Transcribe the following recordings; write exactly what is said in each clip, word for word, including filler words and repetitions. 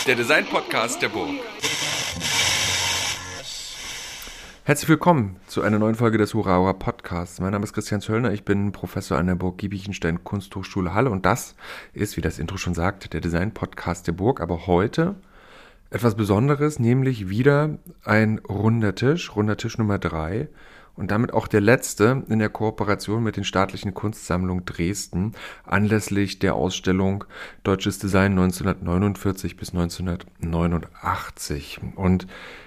der Design-Podcast der Burg. Herzlich willkommen zu einer neuen Folge des Hurra Hurra Podcasts. Mein Name ist Christian Zöllner, ich bin Professor an der Burg Giebichenstein Kunsthochschule Halle und das ist, wie das Intro schon sagt, der Design-Podcast der Burg. Aber heute etwas Besonderes, nämlich wieder ein runder Tisch, runder Tisch Nummer drei und damit auch der letzte in der Kooperation mit den Staatlichen Kunstsammlungen Dresden anlässlich der Ausstellung Deutsches Design neunzehnhundertneunundvierzig bis neunzehnhundertneunundachtzig. Und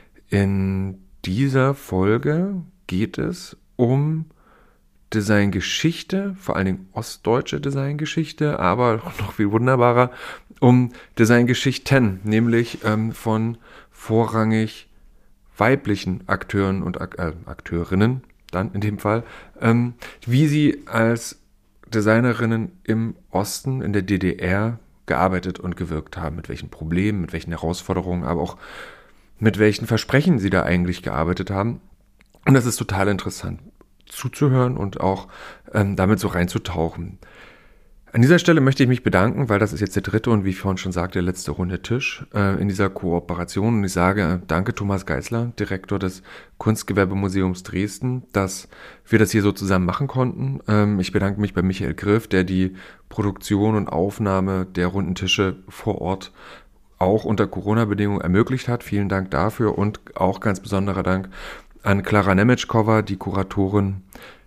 in dieser Folge geht es um Designgeschichte, vor allen Dingen ostdeutsche Designgeschichte, aber noch viel wunderbarer, um Designgeschichten, nämlich ähm, von vorrangig weiblichen Akteuren und Ak- äh, Akteurinnen, dann in dem Fall, ähm, wie sie als Designerinnen im Osten, in der D D R, gearbeitet und gewirkt haben, mit welchen Problemen, mit welchen Herausforderungen, aber auch mit welchen Versprechen sie da eigentlich gearbeitet haben. Und das ist total interessant zuzuhören und auch ähm, damit so reinzutauchen. An dieser Stelle möchte ich mich bedanken, weil das ist jetzt der dritte und wie ich vorhin schon sagte, der letzte runde Tisch äh, in dieser Kooperation. Und ich sage äh, danke Thomas Geisler, Direktor des Kunstgewerbemuseums Dresden, dass wir das hier so zusammen machen konnten. Ähm, ich bedanke mich bei Michael Griff, der die Produktion und Aufnahme der runden Tische vor Ort auch unter Corona-Bedingungen ermöglicht hat. Vielen Dank dafür und auch ganz besonderer Dank an Klara Nemetschkova, die Kuratorin,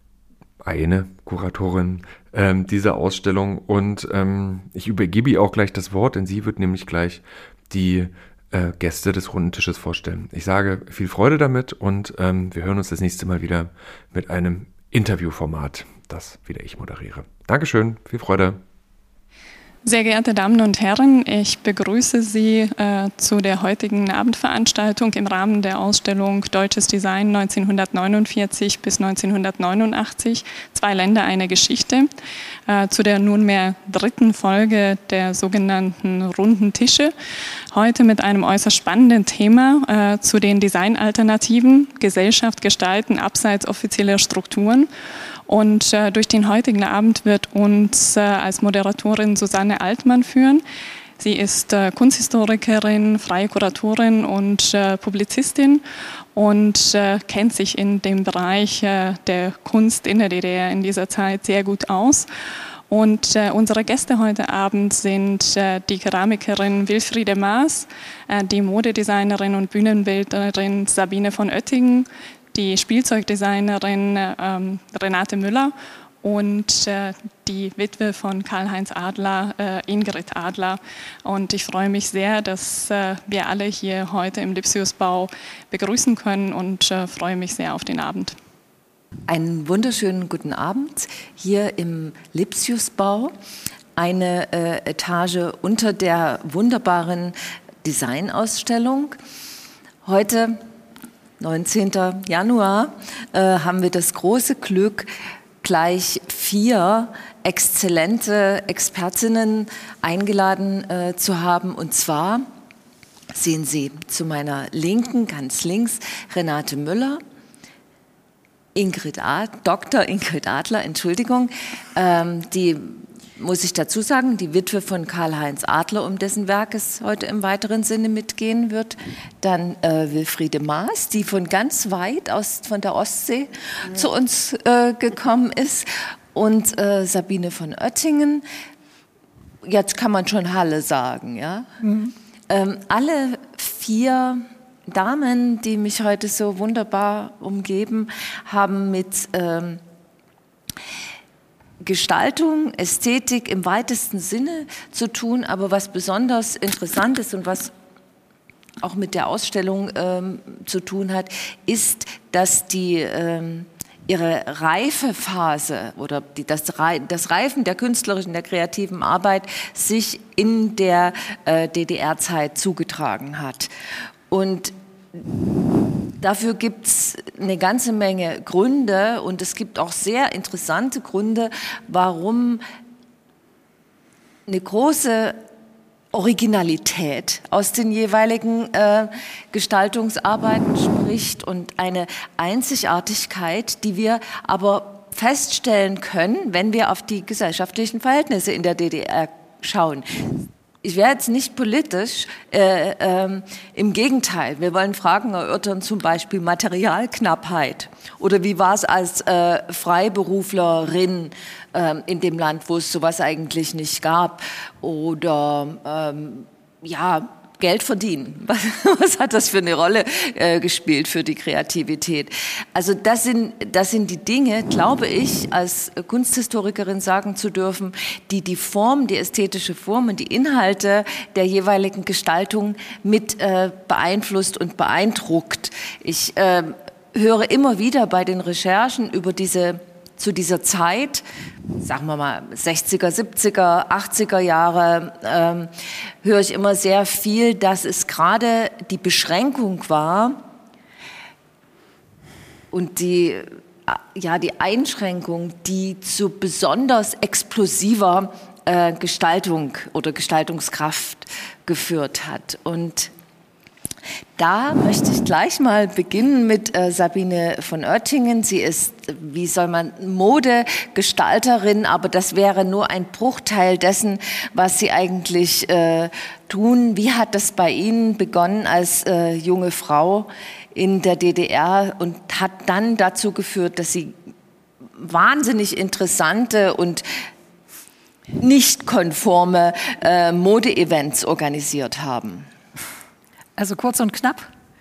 eine Kuratorin ähm, dieser Ausstellung. Und ähm, ich übergebe ihr auch gleich das Wort, denn sie wird nämlich gleich die äh, Gäste des runden Tisches vorstellen. Ich sage viel Freude damit und ähm, wir hören uns das nächste Mal wieder mit einem Interviewformat, das wieder ich moderiere. Dankeschön, viel Freude. Sehr geehrte Damen und Herren, ich begrüße Sie äh, zu der heutigen Abendveranstaltung im Rahmen der Ausstellung Deutsches Design neunzehnhundertneunundvierzig bis neunzehnhundertneunundachtzig, zwei Länder, eine Geschichte, äh, zu der nunmehr dritten Folge der sogenannten runden Tische. Heute mit einem äußerst spannenden Thema äh, zu den Designalternativen, Gesellschaft gestalten abseits offizieller Strukturen. Und äh, durch den heutigen Abend wird uns äh, als Moderatorin Susanne Altmann führen. Sie ist äh, Kunsthistorikerin, freie Kuratorin und äh, Publizistin und äh, kennt sich in dem Bereich äh, der Kunst in der D D R in dieser Zeit sehr gut aus. Und äh, unsere Gäste heute Abend sind äh, die Keramikerin Wilfriede Maas, äh, die Modedesignerin und Bühnenbildnerin Sabine von Oettingen, die Spielzeugdesignerin ähm, Renate Müller und äh, die Witwe von Karl-Heinz Adler, äh, Ingrid Adler. Und ich freue mich sehr, dass äh, wir alle hier heute im Lipsiusbau begrüßen können und äh, freue mich sehr auf den Abend. Einen wunderschönen guten Abend hier im Lipsiusbau, eine äh, Etage unter der wunderbaren Designausstellung. Heute neunzehnten Januar äh, haben wir das große Glück, gleich vier exzellente Expertinnen eingeladen äh, zu haben. Und zwar sehen Sie zu meiner Linken, ganz links, Renate Müller, Ingrid Ad, Doktor Ingrid Adler, Entschuldigung, ähm, die muss ich dazu sagen, die Witwe von Karl-Heinz Adler, um dessen Werk es heute im weiteren Sinne mitgehen wird. Dann äh, Wilfriede Maas, die von ganz weit aus, von der Ostsee mhm. zu uns äh, gekommen ist. Und äh, Sabine von Oettingen, jetzt kann man schon Halle sagen, ja. Mhm. Ähm, alle vier Damen, die mich heute so wunderbar umgeben, haben mit ähm, Gestaltung, Ästhetik im weitesten Sinne zu tun, aber was besonders interessant ist und was auch mit der Ausstellung ähm, zu tun hat, ist, dass die ähm, ihre Reifephase oder die, das, das Reifen der künstlerischen, der kreativen Arbeit sich in der äh, D D R-Zeit zugetragen hat. Und dafür gibt es eine ganze Menge Gründe und es gibt auch sehr interessante Gründe, warum eine große Originalität aus den jeweiligen äh, Gestaltungsarbeiten spricht und eine Einzigartigkeit, die wir aber feststellen können, wenn wir auf die gesellschaftlichen Verhältnisse in der D D R schauen. ich wäre jetzt nicht politisch, äh, ähm, im Gegenteil. Wir wollen Fragen erörtern, zum Beispiel Materialknappheit. Oder wie war es als äh, Freiberuflerin äh, in dem Land, wo es sowas eigentlich nicht gab? Oder ähm, ja, Geld verdienen. Was, was hat das für eine Rolle äh, gespielt für die Kreativität? Also das sind, das sind die Dinge, glaube ich, als Kunsthistorikerin sagen zu dürfen, die die Form, die ästhetische Form und die Inhalte der jeweiligen Gestaltung mit äh, beeinflusst und beeindruckt. Ich äh, höre immer wieder bei den Recherchen über diese zu dieser Zeit, sagen wir mal sechziger, siebziger, achtziger Jahre, ähm, höre ich immer sehr viel, dass es gerade die Beschränkung war und die, ja, die Einschränkung, die zu besonders explosiver äh, Gestaltung oder Gestaltungskraft geführt hat. Und da möchte ich gleich mal beginnen mit äh, Sabine von Oettingen. Sie ist, wie soll man, Modegestalterin, aber das wäre nur ein Bruchteil dessen, was Sie eigentlich äh, tun. Wie hat das bei Ihnen begonnen als äh, junge Frau in der D D R und hat dann dazu geführt, dass Sie wahnsinnig interessante und nicht konforme äh, Mode-Events organisiert haben? Also kurz und knapp.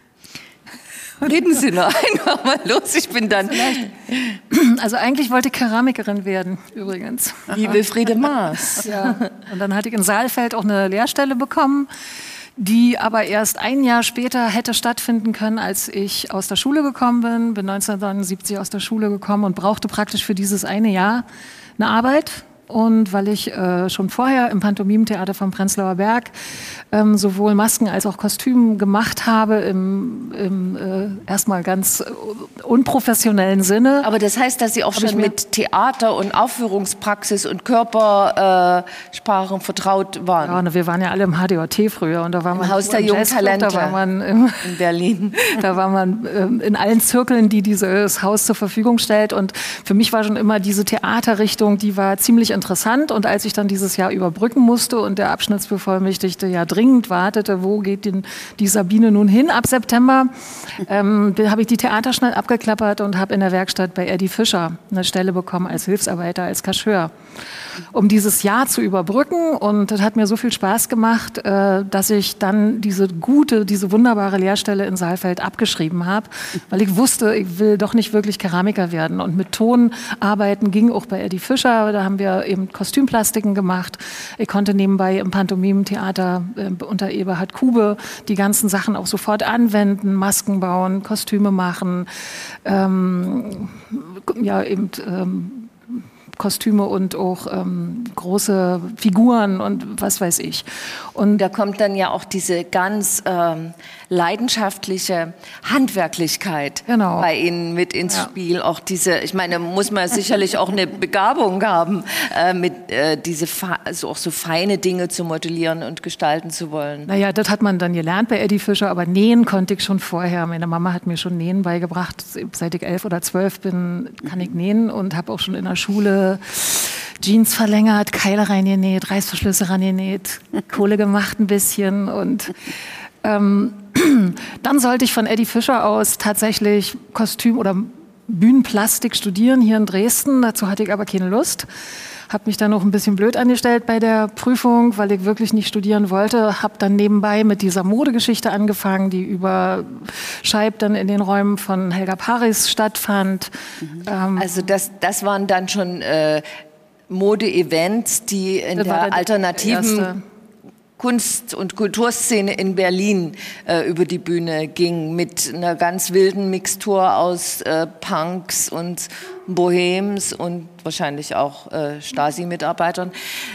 Reden Sie nur einfach mal los, ich bin dann... Also eigentlich wollte ich Keramikerin werden, übrigens. Wie Wilfriede Maas. Ja. Und dann hatte ich in Saalfeld auch eine Lehrstelle bekommen, die aber erst ein Jahr später hätte stattfinden können, als ich aus der Schule gekommen bin. Bin neunzehnhundertneunundsiebzig aus der Schule gekommen und brauchte praktisch für dieses eine Jahr eine Arbeit. Und weil ich äh, schon vorher im Pantomimentheater vom Prenzlauer Berg ähm, sowohl Masken als auch Kostüme gemacht habe, im, im äh, erstmal ganz äh, unprofessionellen Sinne. Aber das heißt, dass Sie auch schon mit Theater und Aufführungspraxis und Körpersprachen äh, vertraut waren? Ja, ne, wir waren ja alle im H D O T früher. Und da war Im man Haus der jungen Talente da war man im, in Berlin. Da war man ähm, in allen Zirkeln, die dieses Haus zur Verfügung stellt. Und für mich war schon immer diese Theaterrichtung, die war ziemlich interessant. Und als ich dann dieses Jahr überbrücken musste und der Abschnittsbevollmächtigte ja dringend wartete, wo geht denn die Sabine nun hin ab September, ähm, habe ich die Theater schnell abgeklappert und habe in der Werkstatt bei Eddie Fischer eine Stelle bekommen als Hilfsarbeiter, als Cacheur, um dieses Jahr zu überbrücken. Und das hat mir so viel Spaß gemacht, äh, dass ich dann diese gute, diese wunderbare Lehrstelle in Saalfeld abgeschrieben habe, weil ich wusste, ich will doch nicht wirklich Keramiker werden. Und mit Ton arbeiten ging auch bei Eddie Fischer. Da haben wir eben Kostümplastiken gemacht. Ich konnte nebenbei im Pantomimentheater äh, unter Eberhard Kube die ganzen Sachen auch sofort anwenden, Masken bauen, Kostüme machen, ähm, ja eben ähm, Kostüme und auch ähm, große Figuren und was weiß ich. Und da kommt dann ja auch diese ganz ähm, leidenschaftliche Handwerklichkeit genau. bei Ihnen mit ins ja. Spiel. Auch diese, ich meine, muss man sicherlich auch eine Begabung haben, äh, mit äh, diese also auch so feine Dinge zu modellieren und gestalten zu wollen. Naja, das hat man dann gelernt bei Eddie Fischer, aber nähen konnte ich schon vorher. Meine Mama hat mir schon Nähen beigebracht. Seit ich elf oder zwölf bin, kann ich nähen und habe auch schon in der Schule Jeans verlängert, Keile reingenäht, Reißverschlüsse reingenäht, Kohle gemacht ein bisschen. Und ähm, dann sollte ich von Eddie Fischer aus tatsächlich Kostüm- oder Bühnenplastik studieren hier in Dresden. Dazu hatte ich aber keine Lust. Habe mich dann noch ein bisschen blöd angestellt bei der Prüfung, weil ich wirklich nicht studieren wollte. Habe dann nebenbei mit dieser Modegeschichte angefangen, die über Scheib dann in den Räumen von Helga Paris stattfand. Mhm. Ähm, also das, das waren dann schon äh, Mode-Events, die in der alternativen Kunst- und Kulturszene in Berlin äh, über die Bühne ging, mit einer ganz wilden Mixtur aus äh, Punks und Bohems und wahrscheinlich auch äh, Stasi-Mitarbeitern.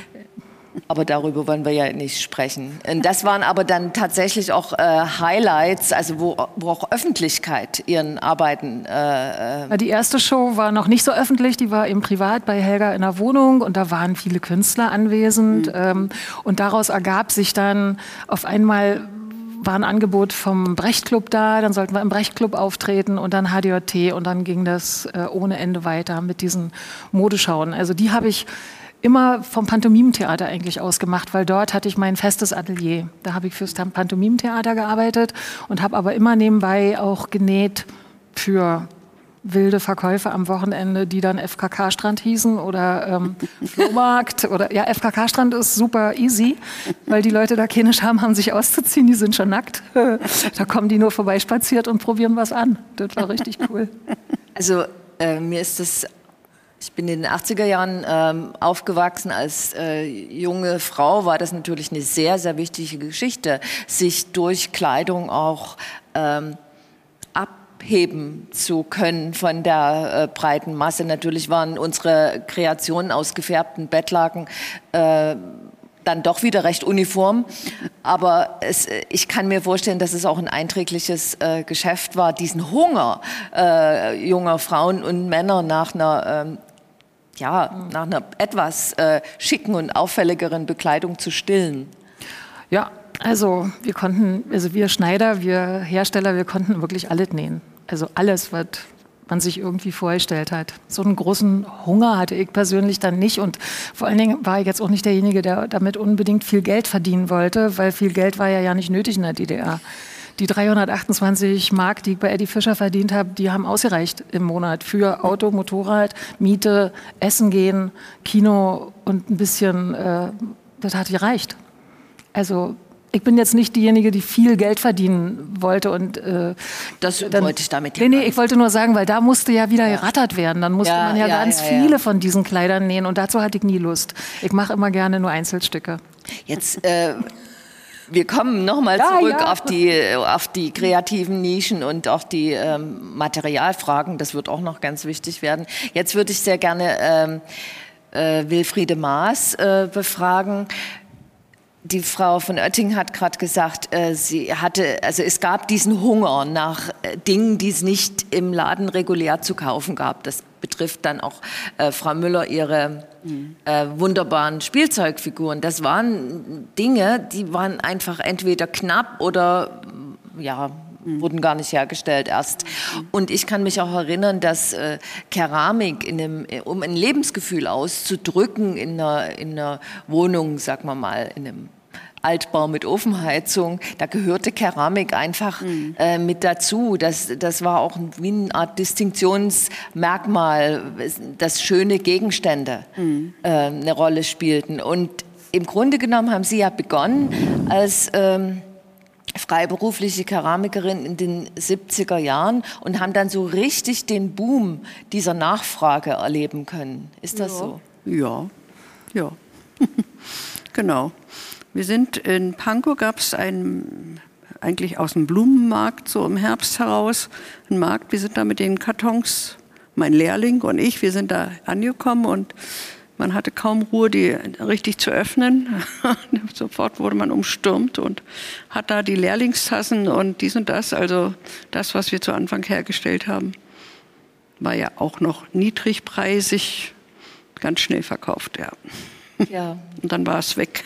Aber darüber wollen wir ja nicht sprechen. Und das waren aber dann tatsächlich auch äh, Highlights, also wo, wo auch Öffentlichkeit ihren Arbeiten... Äh, Die erste Show war noch nicht so öffentlich, die war eben privat bei Helga in der Wohnung und da waren viele Künstler anwesend. Mhm. Ähm, und daraus ergab sich dann auf einmal... war ein Angebot vom Brecht-Club da, dann sollten wir im Brecht-Club auftreten und dann H D J T und dann ging das äh, ohne Ende weiter mit diesen Modeschauen. Also die habe ich immer vom Pantomimentheater eigentlich ausgemacht, weil dort hatte ich mein festes Atelier. Da habe ich fürs Pantomimentheater gearbeitet und habe aber immer nebenbei auch genäht für wilde Verkäufe am Wochenende, die dann F K K-Strand hießen oder ähm, Flohmarkt. Oder, ja, F K K-Strand ist super easy, weil die Leute da keine Scham haben, sich auszuziehen, die sind schon nackt. Da kommen die nur vorbeispaziert und probieren was an. Das war richtig cool. Also äh, mir ist das... Ich bin in den achtziger Jahren ähm, aufgewachsen. Als äh, junge Frau war das natürlich eine sehr, sehr wichtige Geschichte, sich durch Kleidung auch ähm, abheben zu können von der äh, breiten Masse. Natürlich waren unsere Kreationen aus gefärbten Bettlaken äh, dann doch wieder recht uniform. Aber es, ich kann mir vorstellen, dass es auch ein einträgliches äh, Geschäft war, diesen Hunger äh, junger Frauen und Männer nach einer ähm, ja, nach einer etwas äh, schicken und auffälligeren Bekleidung zu stillen. Ja, also wir konnten, also wir Schneider, wir Hersteller, wir konnten wirklich alles nähen. Also alles, was man sich irgendwie vorgestellt hat. So einen großen Hunger hatte ich persönlich dann nicht und vor allen Dingen war ich jetzt auch nicht derjenige, der damit unbedingt viel Geld verdienen wollte, weil viel Geld war ja ja nicht nötig in der D D R. Die dreihundertachtundzwanzig Mark, die ich bei Eddie Fischer verdient habe, die haben ausgereicht im Monat für Auto, Motorrad, Miete, Essen gehen, Kino und ein bisschen, äh, das hat gereicht. Also ich bin jetzt nicht diejenige, die viel Geld verdienen wollte. Und, äh, das dann, wollte ich damit ja Nee, nee, ich wollte nur sagen, weil da musste ja wieder ja. gerattert werden. Dann musste ja, man ja, ja ganz ja, ja. viele von diesen Kleidern nähen und dazu hatte ich nie Lust. Ich mache immer gerne nur Einzelstücke. Jetzt... Äh Wir kommen nochmal ja, zurück ja. auf die, auf die kreativen Nischen und auch die ähm, Materialfragen. Das wird auch noch ganz wichtig werden. Jetzt würde ich sehr gerne ähm, äh, Wilfriede Maas äh, befragen. Die Frau von Oetting hat gerade gesagt, äh, sie hatte, also es gab diesen Hunger nach äh, Dingen, die es nicht im Laden regulär zu kaufen gab. Das betrifft dann auch äh, Frau Müller, ihre mhm. äh, wunderbaren Spielzeugfiguren. Das waren Dinge, die waren einfach entweder knapp oder ja, mhm. wurden gar nicht hergestellt erst. Mhm. Und ich kann mich auch erinnern, dass äh, Keramik, in einem, um ein Lebensgefühl auszudrücken in einer, in einer Wohnung, sagen wir mal, in einem Altbau mit Ofenheizung, da gehörte Keramik einfach mhm. äh, mit dazu. Das, das war auch wie eine Art Distinktionsmerkmal, dass schöne Gegenstände mhm. äh, eine Rolle spielten. Und im Grunde genommen haben Sie ja begonnen als ähm, freiberufliche Keramikerin in den siebziger Jahren und haben dann so richtig den Boom dieser Nachfrage erleben können. Ist das ja. so? Ja, ja, genau. Wir sind in Pankow, gab es einen, eigentlich aus dem Blumenmarkt, so im Herbst heraus, einen Markt. Wir sind da mit den Kartons, mein Lehrling und ich, wir sind da angekommen und man hatte kaum Ruhe, die richtig zu öffnen. Sofort wurde man umstürmt und hat da die Lehrlingstassen und dies und das. Also das, was wir zu Anfang hergestellt haben, war ja auch noch niedrigpreisig, ganz schnell verkauft, ja. Ja. Und dann war es weg.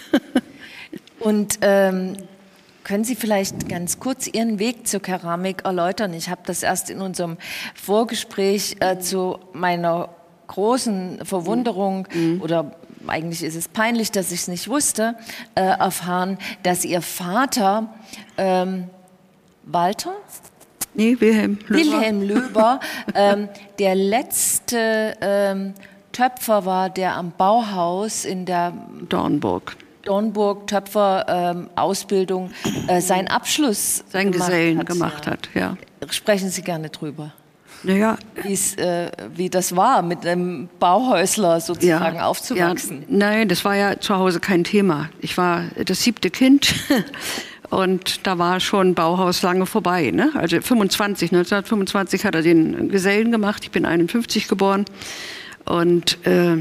Und ähm, können Sie vielleicht ganz kurz Ihren Weg zur Keramik erläutern? Ich habe das erst in unserem Vorgespräch äh, zu meiner großen Verwunderung mhm. oder eigentlich ist es peinlich, dass ich es nicht wusste, äh, erfahren, dass Ihr Vater ähm, Walter? Nee, Wilhelm Löber. Wilhelm Löber, ähm, der letzte ähm, Töpfer war, der am Bauhaus in der Dornburg. Dornburg Töpfer ähm, Ausbildung äh, seinen Abschluss Sein gemacht Gesellen hat, gemacht ja. hat, ja. Sprechen Sie gerne drüber. Naja, äh, wie das war, mit einem Bauhäusler sozusagen ja, aufzuwachsen. Ja, nein, das war ja zu Hause kein Thema. Ich war das siebte Kind und da war schon Bauhaus lange vorbei. Ne? Also fünfundzwanzig, neunzehnhundertfünfundzwanzig hat er den Gesellen gemacht. Ich bin einundfünfzig geboren und äh,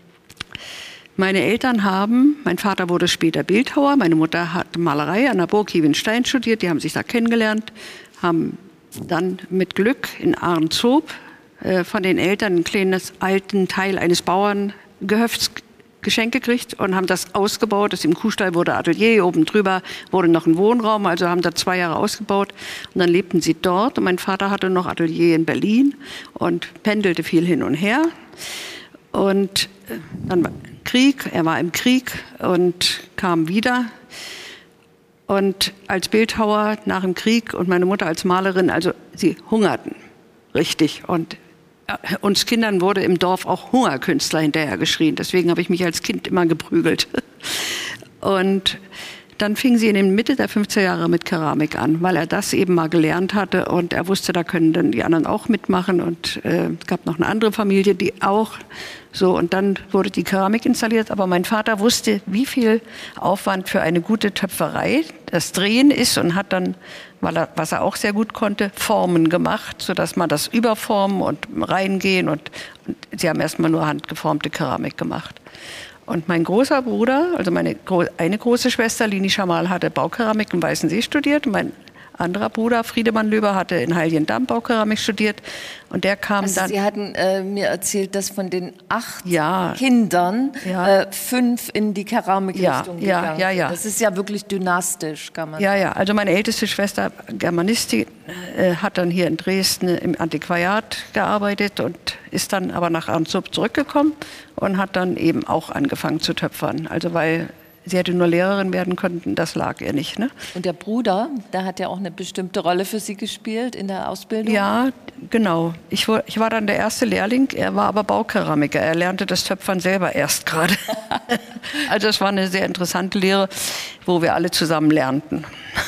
meine Eltern haben, mein Vater wurde später Bildhauer, meine Mutter hat Malerei an der Burg Kiewenstein studiert, die haben sich da kennengelernt, haben dann mit Glück in Ahrenshoop äh, von den Eltern einen kleinen alten Teil eines Bauerngehöfts geschenkt gekriegt und haben das ausgebaut. Das im Kuhstall wurde Atelier, oben drüber wurde noch ein Wohnraum, also haben da zwei Jahre ausgebaut und dann lebten sie dort und mein Vater hatte noch Atelier in Berlin und pendelte viel hin und her und äh, dann Krieg, er war im Krieg und kam wieder. Und als Bildhauer nach dem Krieg und meine Mutter als Malerin, also sie hungerten richtig. Und uns Kindern wurde im Dorf auch Hungerkünstler hinterher geschrien. Deswegen habe ich mich als Kind immer geprügelt. Und dann fing sie in der Mitte der fünfziger Jahre mit Keramik an, weil er das eben mal gelernt hatte und er wusste, da können dann die anderen auch mitmachen und äh, es gab noch eine andere Familie, die auch so, und dann wurde die Keramik installiert, aber mein Vater wusste, wie viel Aufwand für eine gute Töpferei das Drehen ist und hat dann, weil er, was er auch sehr gut konnte, Formen gemacht, sodass man das überformen und reingehen und, und sie haben erstmal nur handgeformte Keramik gemacht. Und mein großer Bruder, also meine eine große Schwester, Lini Schamal, hatte Baukeramik im Weißensee studiert. Mein anderer Bruder, Friedemann Löber, hatte in Heiligendamm Baukeramik studiert. Und der kam also dann... Sie hatten äh, mir erzählt, dass von den acht ja, Kindern ja. äh, fünf in die Keramikrichtung ja, gegangen ja, ja, ja. sind. Das ist ja wirklich dynastisch, kann man Ja, sagen. ja. Also meine älteste Schwester, Germanistik, äh, hat dann hier in Dresden im Antiquariat gearbeitet und ist dann aber nach Arnsub zurückgekommen und hat dann eben auch angefangen zu töpfern. Also weil... Sie hätte nur Lehrerin werden können, das lag ihr nicht. Ne? Und der Bruder, der hat ja auch eine bestimmte Rolle für Sie gespielt in der Ausbildung? Ja, genau. Ich war, ich war dann der erste Lehrling, er war aber Baukeramiker. Er lernte das Töpfern selber erst gerade. Also es war eine sehr interessante Lehre, wo wir alle zusammen lernten.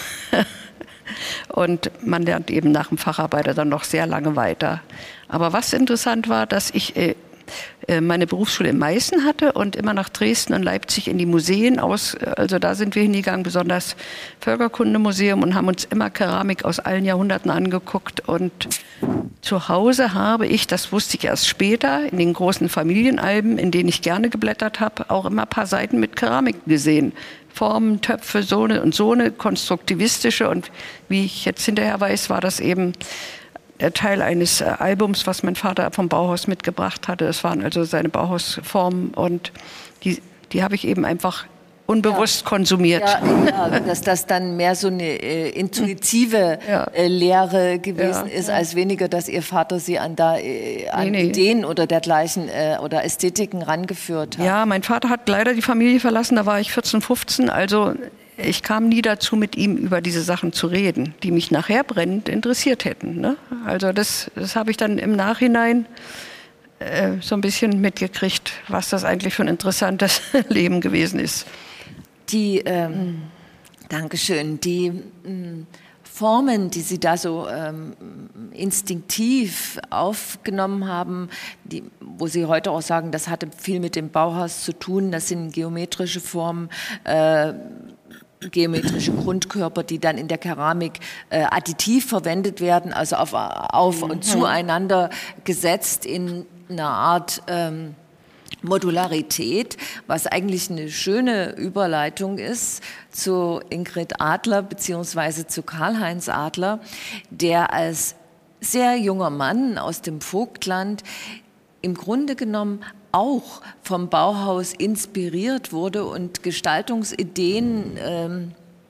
Und man lernt eben nach dem Facharbeiter dann noch sehr lange weiter. Aber was interessant war, dass ich... Äh, meine Berufsschule in Meißen hatte und immer nach Dresden und Leipzig in die Museen aus, also da sind wir hingegangen, besonders Völkerkundemuseum und haben uns immer Keramik aus allen Jahrhunderten angeguckt und zu Hause habe ich, das wusste ich erst später, in den großen Familienalben, in denen ich gerne geblättert habe, auch immer ein paar Seiten mit Keramik gesehen. Formen, Töpfe, so eine und so eine konstruktivistische und wie ich jetzt hinterher weiß, war das eben der Teil eines äh, Albums, was mein Vater vom Bauhaus mitgebracht hatte. Das waren also seine Bauhausformen und die, die habe ich eben einfach unbewusst ja. konsumiert. Ja, ja, dass das dann mehr so eine äh, intuitive ja. äh, Lehre gewesen ja. ist, als weniger, dass Ihr Vater Sie an, da, äh, an nee, nee. Ideen oder dergleichen äh, oder Ästhetiken rangeführt hat. Ja, mein Vater hat leider die Familie verlassen, da war ich vierzehn, fünfzehn, also ich kam nie dazu, mit ihm über diese Sachen zu reden, die mich nachher brennend interessiert hätten. Ne? Also das, das habe ich dann im Nachhinein äh, so ein bisschen mitgekriegt, was das eigentlich für ein interessantes Leben gewesen ist. Die, ähm, mhm. Dankeschön, die mh, Formen, die Sie da so ähm, instinktiv aufgenommen haben, die, wo Sie heute auch sagen, das hatte viel mit dem Bauhaus zu tun, das sind geometrische Formen, äh, geometrische Grundkörper, die dann in der Keramik äh, additiv verwendet werden, also auf, auf und zueinander gesetzt in einer Art ähm, Modularität, was eigentlich eine schöne Überleitung ist zu Ingrid Adler beziehungsweise zu Karl-Heinz Adler, der als sehr junger Mann aus dem Vogtland im Grunde genommen auch vom Bauhaus inspiriert wurde und Gestaltungsideen ähm,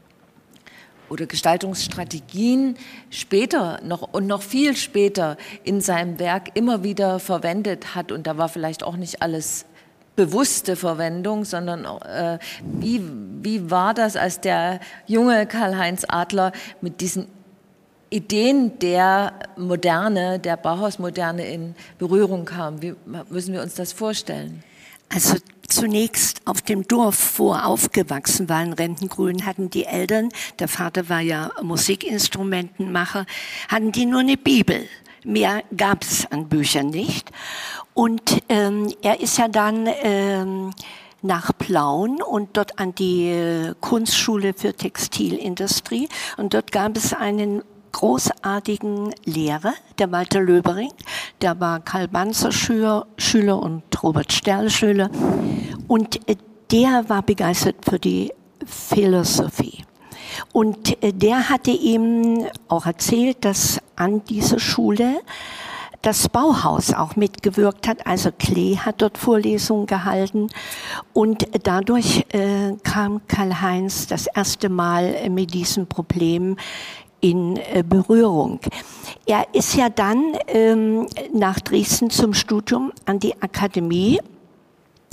oder Gestaltungsstrategien später noch und noch viel später in seinem Werk immer wieder verwendet hat. Und da war vielleicht auch nicht alles bewusste Verwendung, sondern äh, wie, wie war das, als der junge Karl-Heinz Adler mit diesen Ideen der Moderne, der Bauhausmoderne in Berührung kam? Wie müssen wir uns das vorstellen? Also zunächst auf dem Dorf, wo er aufgewachsen war, in Rentengrün, hatten die Eltern, der Vater war ja Musikinstrumentenmacher, hatten die nur eine Bibel. Mehr gab es an Büchern nicht. Und ähm, er ist ja dann ähm, nach Plauen und dort an die äh, Kunstschule für Textilindustrie. Und dort gab es einen großartigen Lehrer, der Walter Löbering, der war Karl Banzer Schüler, Schüler und Robert Sterl Schüler. Und äh, der war begeistert für die Philosophie. Und äh, der hatte ihm auch erzählt, dass an dieser Schule das Bauhaus auch mitgewirkt hat. Also Klee hat dort Vorlesungen gehalten. Und dadurch äh, kam Karl-Heinz das erste Mal mit diesem Problem in äh, Berührung. Er ist ja dann ähm, nach Dresden zum Studium an die Akademie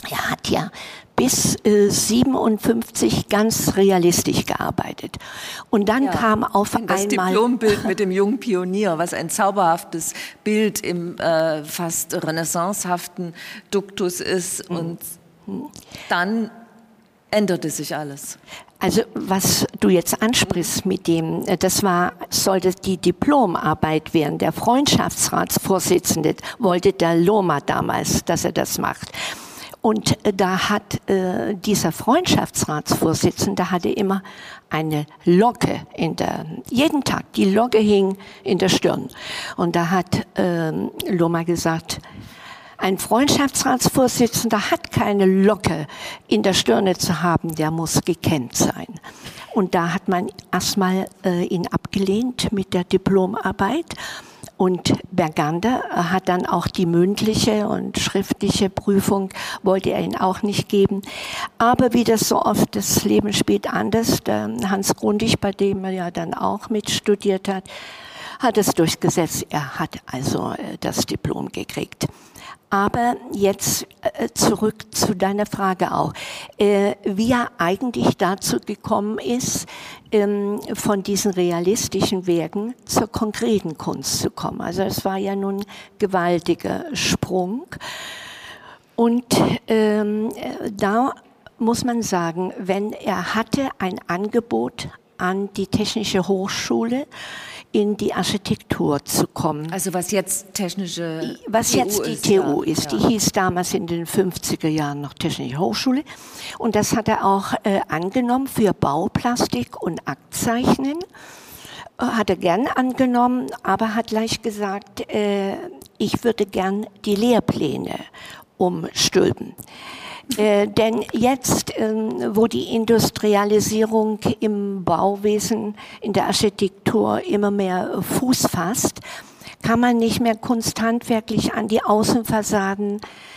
er hat ja bis äh, siebenundfünfzig ganz realistisch gearbeitet. Und dann ja, kam auf das einmal... Das Diplombild mit dem jungen Pionier, was ein zauberhaftes Bild im äh, fast renaissancehaften Duktus ist. Mhm. Und dann änderte sich alles. Also was du jetzt ansprichst mit dem, das war, sollte die Diplomarbeit werden. Der Freundschaftsratsvorsitzende wollte der Lohmer damals, dass er das macht. Und da hat äh, dieser Freundschaftsratsvorsitzende hatte immer eine Locke in der, jeden Tag, die Locke hing in der Stirn. Und da hat äh, Lohmer gesagt, ein Freundschaftsratsvorsitzender hat keine Locke in der Stirne zu haben, der muss gekämmt sein. Und da hat man erstmal äh, ihn abgelehnt mit der Diplomarbeit. Und Bergander hat dann auch die mündliche und schriftliche Prüfung, wollte er ihn auch nicht geben. Aber wie das so oft, das Leben spielt anders. Der Hans Grundig, bei dem er ja dann auch mitstudiert hat, hat es durchgesetzt. Er hat also das Diplom gekriegt. Aber jetzt äh, zurück zu deiner Frage auch, äh, wie er eigentlich dazu gekommen ist, ähm, von diesen realistischen Werken zur konkreten Kunst zu kommen. Also es war ja nun ein gewaltiger Sprung. Und ähm, da muss man sagen, wenn er hatte ein Angebot an die Technische Hochschule, in die Architektur zu kommen. Also was jetzt technische Was T U jetzt die ist, T U ja. ist. Die Ja. hieß damals in den fünfziger Jahren noch Technische Hochschule. Und das hat er auch äh, angenommen für Bauplastik und Aktzeichnen. Äh, hat er gern angenommen, aber hat gleich gesagt, äh, ich würde gern die Lehrpläne umstülpen. Äh, denn jetzt, äh, wo die Industrialisierung im Bauwesen, in der Architektur immer mehr Fuß fasst, kann man nicht mehr kunsthandwerklich an die Außenfassaden.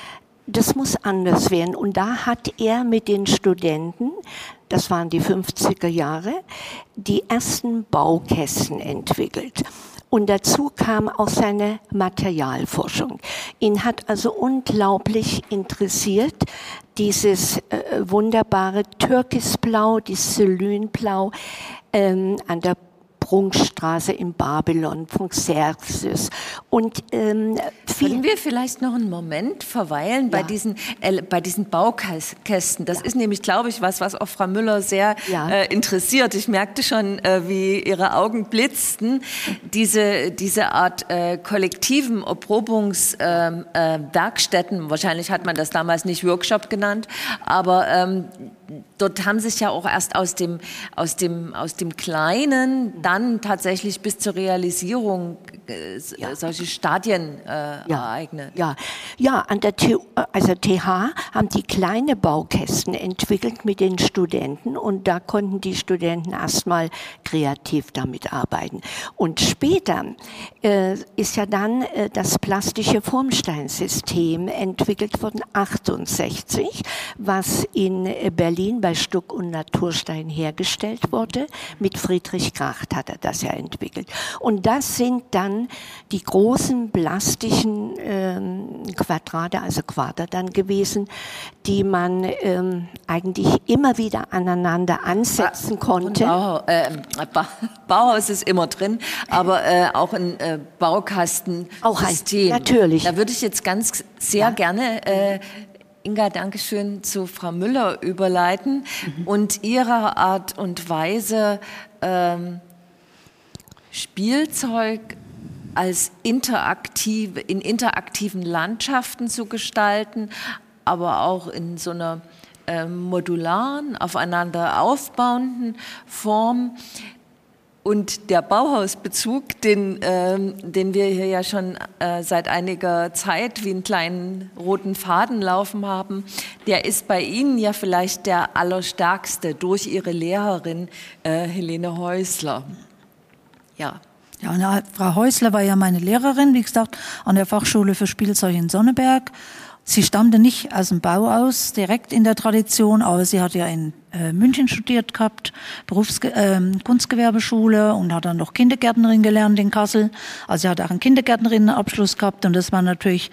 Das muss anders werden. Und da hat er mit den Studenten, das waren die fünfziger Jahre, die ersten Baukästen entwickelt. Und dazu kam auch seine Materialforschung. Ihn hat also unglaublich interessiert, dieses äh, wunderbare Türkisblau, dieses Selynblau ähm, an der Prunkstraße in Babylon von Xerxes. Und ähm, Können wir vielleicht noch einen Moment verweilen bei Ja. diesen äh, bei diesen Baukästen? Das Ja. ist nämlich, glaube ich, was, was auch Frau Müller sehr Ja. äh, interessiert. Ich merkte schon, äh, wie ihre Augen blitzten. Diese diese Art äh, kollektiven Erprobungswerkstätten. Äh, äh, Werkstätten. Wahrscheinlich hat man das damals nicht Workshop genannt, aber ähm, dort haben sich ja auch erst aus dem aus dem aus dem Kleinen dann tatsächlich bis zur Realisierung äh, Ja. solche Stadien äh, Ja. ereignet. Ja, ja, an der T U, also T H haben die kleine Baukästen entwickelt mit den Studenten und da konnten die Studenten erstmal kreativ damit arbeiten. Und später äh, ist ja dann äh, das plastische Formsteinsystem entwickelt worden, achtundsechzig, was in äh, Berlin bei Stuck und Naturstein hergestellt wurde. Mit Friedrich Kracht hat er das ja entwickelt. Und das sind dann die großen plastischen ähm, Quadrate, also Quader dann gewesen, die man ähm, eigentlich immer wieder aneinander ansetzen konnte. Bauhaus, äh, ba Bauhaus ist immer drin, aber äh, auch ein äh, Baukastensystem. Auch ein- natürlich. Da würde ich jetzt ganz sehr Ja. gerne äh, Inga, Dankeschön, zu Frau Müller überleiten mhm. und ihrer Art und Weise ähm, Spielzeug als interaktive, in interaktiven Landschaften zu gestalten, aber auch in so einer äh, modularen, aufeinander aufbauenden Form. Und der Bauhausbezug, den, ähm, den wir hier ja schon äh, seit einiger Zeit wie einen kleinen roten Faden laufen haben, der ist bei Ihnen ja vielleicht der allerstärkste durch Ihre Lehrerin äh, Helene Häusler. Ja. Ja, und Frau Häusler war ja meine Lehrerin, wie gesagt, an der Fachschule für Spielzeug in Sonneberg. sie stammte nicht aus dem Bauhaus direkt in der Tradition, aber sie hat ja in äh, München studiert gehabt, Berufs äh, Kunstgewerbeschule und hat dann noch Kindergärtnerin gelernt in Kassel. Also sie hat auch einen Kindergärtnerinnenabschluss gehabt und das war natürlich,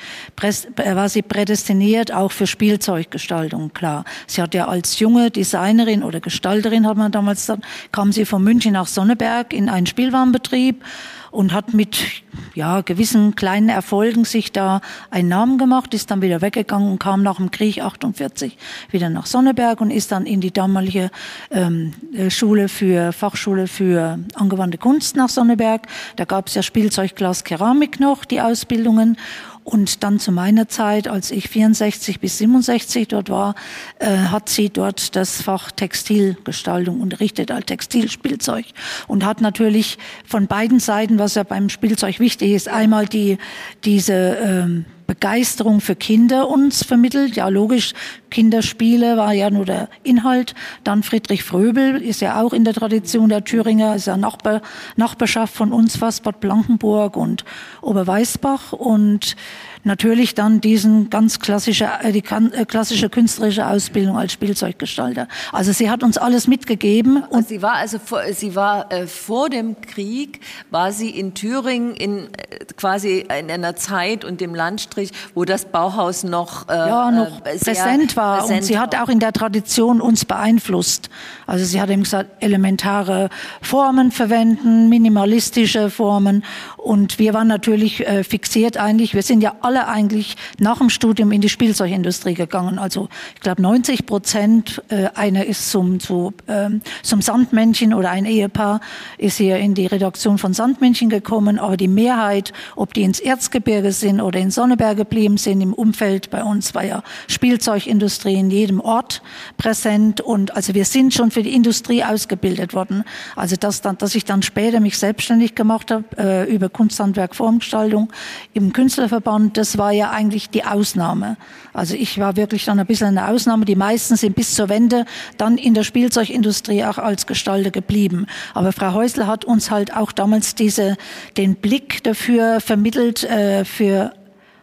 war sie prädestiniert auch für Spielzeuggestaltung, klar. Sie hat ja als junge Designerin oder Gestalterin, hat man damals gesagt, kam sie von München nach Sonneberg in einen Spielwarenbetrieb und hat mit ja, gewissen kleinen Erfolgen sich da einen Namen gemacht, ist dann wieder weggegangen und kam nach dem Krieg achtundvierzig wieder nach Sonneberg und ist dann in die damalige ähm, Schule für Fachschule für angewandte Kunst nach Sonneberg. Da gab es ja Spielzeug, Glas, Keramik noch, die Ausbildungen. Und dann zu meiner Zeit, als ich vierundsechzig bis siebenundsechzig dort war, äh, hat sie dort das Fach Textilgestaltung unterrichtet, als Textilspielzeug. Und hat natürlich von beiden Seiten, was ja beim Spielzeug wichtig ist, einmal die diese ähm, Begeisterung für Kinder uns vermittelt. Ja, logisch, Kinderspiele war ja nur der Inhalt. Dann Friedrich Fröbel ist ja auch in der Tradition der Thüringer, ist ja Nachbar, Nachbarschaft von uns fast, Bad Blankenburg und Oberweißbach. Und natürlich dann diesen ganz klassische, die klassische künstlerische Ausbildung als Spielzeuggestalter. Also sie hat uns alles mitgegeben. Und sie war also vor, sie war äh, vor dem Krieg, war sie in Thüringen in äh, quasi in einer Zeit und dem Landstrich, wo das Bauhaus noch, äh, ja, noch äh, präsent war. Präsent und sie war. Hat auch in der Tradition uns beeinflusst. Also sie hat eben gesagt, elementare Formen verwenden, minimalistische Formen. Und wir waren natürlich äh, fixiert eigentlich, wir sind ja alle eigentlich nach dem Studium in die Spielzeugindustrie gegangen. Also ich glaube neunzig Prozent, äh, einer ist zum, zu, ähm, zum Sandmännchen oder ein Ehepaar ist hier in die Redaktion von Sandmännchen gekommen. Aber die Mehrheit, ob die ins Erzgebirge sind oder in Sonneberg geblieben sind, im Umfeld bei uns war ja Spielzeugindustrie in jedem Ort präsent. Und also wir sind schon für die Industrie ausgebildet worden. Also dass, dann, dass ich dann später mich selbstständig gemacht habe äh, über Kunsthandwerk, Formgestaltung im Künstlerverband, das war ja eigentlich die Ausnahme. Also ich war wirklich dann ein bisschen eine Ausnahme. Die meisten sind bis zur Wende dann in der Spielzeugindustrie auch als Gestalter geblieben. Aber Frau Häusler hat uns halt auch damals diese, den Blick dafür vermittelt, äh, für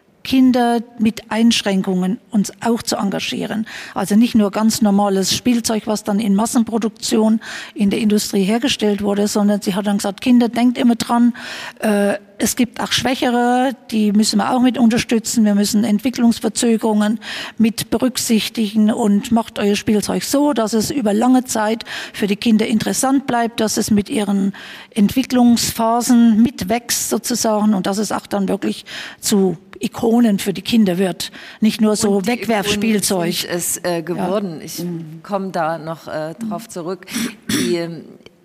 Kinder mit Einschränkungen uns auch zu engagieren. Also nicht nur ganz normales Spielzeug, was dann in Massenproduktion in der Industrie hergestellt wurde, sondern sie hat dann gesagt, Kinder, denkt immer dran, äh, es gibt auch Schwächere, die müssen wir auch mit unterstützen. Wir müssen Entwicklungsverzögerungen mit berücksichtigen und macht euer Spielzeug so, dass es über lange Zeit für die Kinder interessant bleibt, dass es mit ihren Entwicklungsphasen mitwächst sozusagen und dass es auch dann wirklich zu Ikonen für die Kinder wird, nicht nur so Wegwerfspielzeug. Sind es äh, geworden. Ja. Ich komme da noch äh, drauf zurück. Die äh,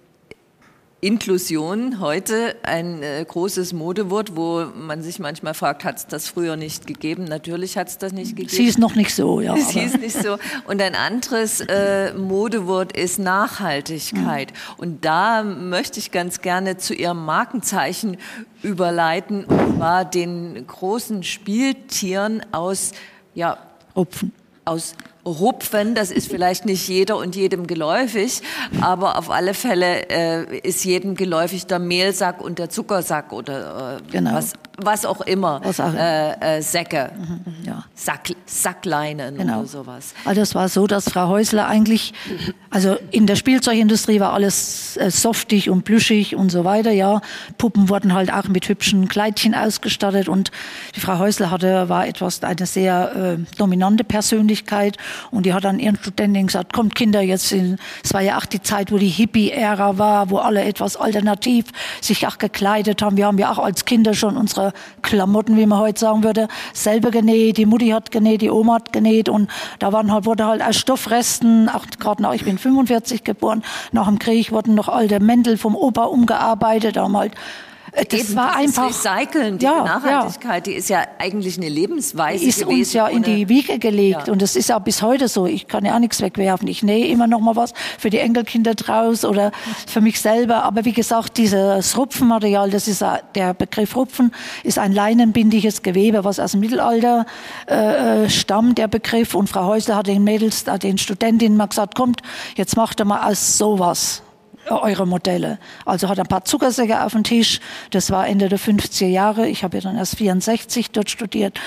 Inklusion heute ein äh, großes Modewort, wo man sich manchmal fragt, hat es das früher nicht gegeben? Natürlich hat es das nicht gegeben. Sie ist noch nicht so, ja. Sie ist nicht so. Und ein anderes äh, Modewort ist Nachhaltigkeit. Mhm. Und da möchte ich ganz gerne zu Ihrem Markenzeichen überleiten, und zwar den großen Spieltieren aus, ja, Rupfen. aus Rupfen, das ist vielleicht nicht jeder und jedem geläufig, aber auf alle Fälle äh, ist jedem geläufig der Mehlsack und der Zuckersack oder äh, genau. was, was auch immer, was auch äh, äh, Säcke, mhm, ja. Sack, Sackleinen genau. oder sowas. Also es war so, dass Frau Häusler eigentlich, also in der Spielzeugindustrie war alles äh, softig und plüschig und so weiter, ja. Puppen wurden halt auch mit hübschen Kleidchen ausgestattet und die Frau Häusler hatte, war etwas, eine sehr äh, dominante Persönlichkeit. Und die hat dann ihren Studentinnen gesagt, kommt Kinder, jetzt in, es war ja auch die Zeit, wo die Hippie-Ära war, wo alle etwas alternativ sich auch gekleidet haben. Wir haben ja auch als Kinder schon unsere Klamotten, wie man heute sagen würde, selber genäht. Die Mutti hat genäht, die Oma hat genäht und da waren halt, wurde halt aus Stoffresten, auch gerade nach, ich bin fünfundvierzig geboren, nach dem Krieg wurden noch alte Mäntel vom Opa umgearbeitet, da haben halt Das Eben, war einfach Recyceln, die ja, Nachhaltigkeit, ja. die ist ja eigentlich eine Lebensweise die ist gewesen. uns ja in die Wiege gelegt ja. und das ist ja bis heute so. Ich kann ja auch nichts wegwerfen. Ich nähe immer noch mal was für die Enkelkinder draus oder für mich selber. Aber wie gesagt, dieses Rupfenmaterial, das ist der Begriff Rupfen, ist ein leinenbindiges Gewebe, was aus dem Mittelalter äh, stammt, der Begriff. Und Frau Häusler hat den Mädels, den Studentinnen mal gesagt, kommt, jetzt macht ihr mal aus sowas eure Modelle. Also hat ein paar Zuckersäcke auf dem Tisch. Das war Ende der fünfziger Jahre. Ich habe ja dann erst vierundsechzig dort studiert.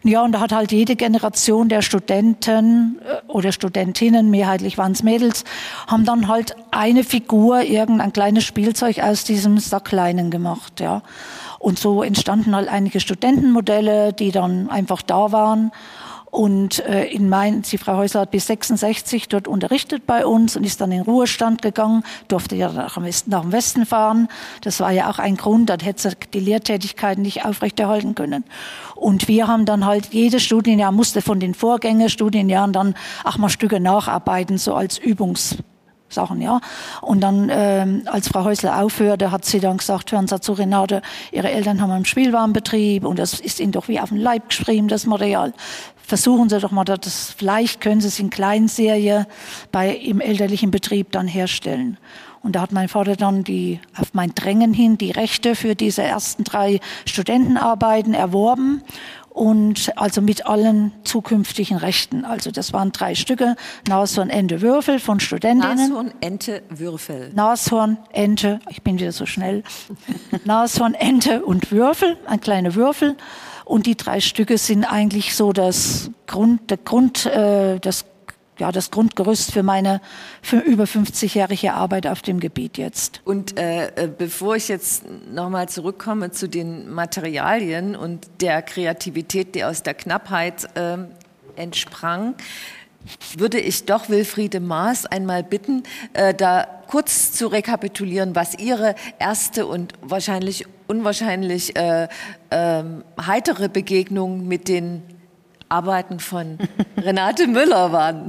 Ja, und da hat halt jede Generation der Studenten oder Studentinnen, mehrheitlich waren es Mädels, haben dann halt eine Figur, irgendein kleines Spielzeug aus diesem Sackleinen gemacht, ja. Und so entstanden halt einige Studentenmodelle, die dann einfach da waren. Und äh, in Mainz, die Frau Häusler hat bis sechsundsechzig dort unterrichtet bei uns und ist dann in Ruhestand gegangen, durfte ja nach dem Westen, nach dem Westen fahren. Das war ja auch ein Grund, da hätte sie die Lehrtätigkeit nicht aufrechterhalten können. Und wir haben dann halt, jedes Studienjahr musste von den Vorgängerstudienjahren dann auch mal Stücke nacharbeiten, so als Übungs Sachen, ja. Und dann, ähm, als Frau Häusler aufhörte, hat sie dann gesagt, hören Sie zu, Renate, Ihre Eltern haben einen Spielwarenbetrieb und das ist Ihnen doch wie auf den Leib geschrieben, das Material. Versuchen Sie doch mal, das, vielleicht können Sie es in Kleinserie bei, im elterlichen Betrieb dann herstellen. Und da hat mein Vater dann die, auf mein Drängen hin die Rechte für diese ersten drei Studentenarbeiten erworben. Und also mit allen zukünftigen Rechten. Also das waren drei Stücke. Nashorn, Ente, Würfel von Studentinnen. Nashorn, Ente, Würfel. Nashorn, Ente, ich bin wieder so schnell. Nashorn, Ente und Würfel, ein kleiner Würfel. Und die drei Stücke sind eigentlich so das Grund, der Grund, äh, das ja, das Grundgerüst für meine für über fünfzigjährige Arbeit auf dem Gebiet jetzt. Und äh, bevor ich jetzt nochmal zurückkomme zu den Materialien und der Kreativität, die aus der Knappheit äh, entsprang, würde ich doch Wilfriede Maas einmal bitten, äh, da kurz zu rekapitulieren, was Ihre erste und wahrscheinlich unwahrscheinlich äh, äh, heitere Begegnung mit den Arbeiten von Renate Müller waren.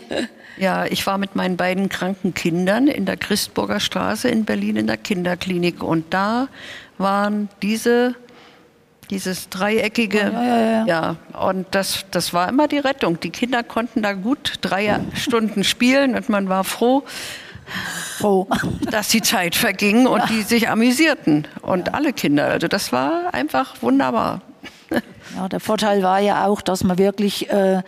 Ja, ich war mit meinen beiden kranken Kindern in der Christburger Straße in Berlin in der Kinderklinik und da waren diese, dieses dreieckige, ja, ja, ja. ja, und das, das war immer die Rettung. Die Kinder konnten da gut drei Stunden spielen und man war froh, froh. dass die Zeit verging und die sich amüsierten und alle Kinder. Also das war einfach wunderbar. Ja, der Vorteil war ja auch, dass man wirklich äh,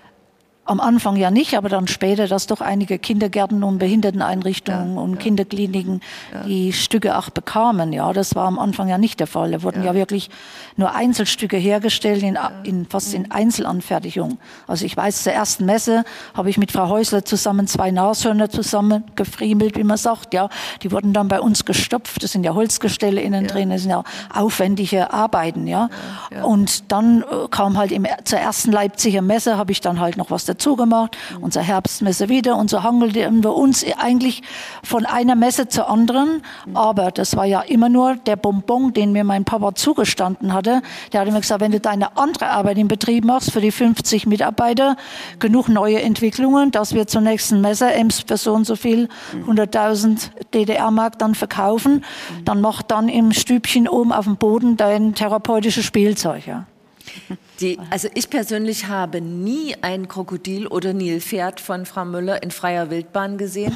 am Anfang ja nicht, aber dann später, dass doch einige Kindergärten und Behinderteneinrichtungen ja, und ja. Kinderkliniken ja. die Stücke auch bekamen. Ja, das war am Anfang ja nicht der Fall. Da wurden ja, ja wirklich nur Einzelstücke hergestellt, in, ja. in, fast in Einzelanfertigung. Also ich weiß, zur ersten Messe habe ich mit Frau Häusler zusammen zwei Nashörner zusammen gefriemelt, wie man sagt. Ja, die wurden dann bei uns gestopft. Das sind ja Holzgestelle innen ja. drin. Das sind ja aufwendige Arbeiten. Ja, ja, ja. Und dann äh, kam halt im, zur ersten Leipziger Messe habe ich dann halt noch was dazu gemacht, mhm. unsere Herbstmesse wieder und so hangelten wir uns eigentlich von einer Messe zur anderen, mhm. aber das war ja immer nur der Bonbon, den mir mein Papa zugestanden hatte. Der hatte mir gesagt, wenn du deine andere Arbeit im Betrieb machst für die fünfzig Mitarbeiter, genug neue Entwicklungen, dass wir zur nächsten Messe Ems für so und so viel hunderttausend D D R-Mark dann verkaufen, mhm. dann mach dann im Stübchen oben auf dem Boden dein therapeutisches Spielzeug. Ja. Die, also ich persönlich habe nie ein Krokodil oder Nilpferd von Frau Müller in freier Wildbahn gesehen.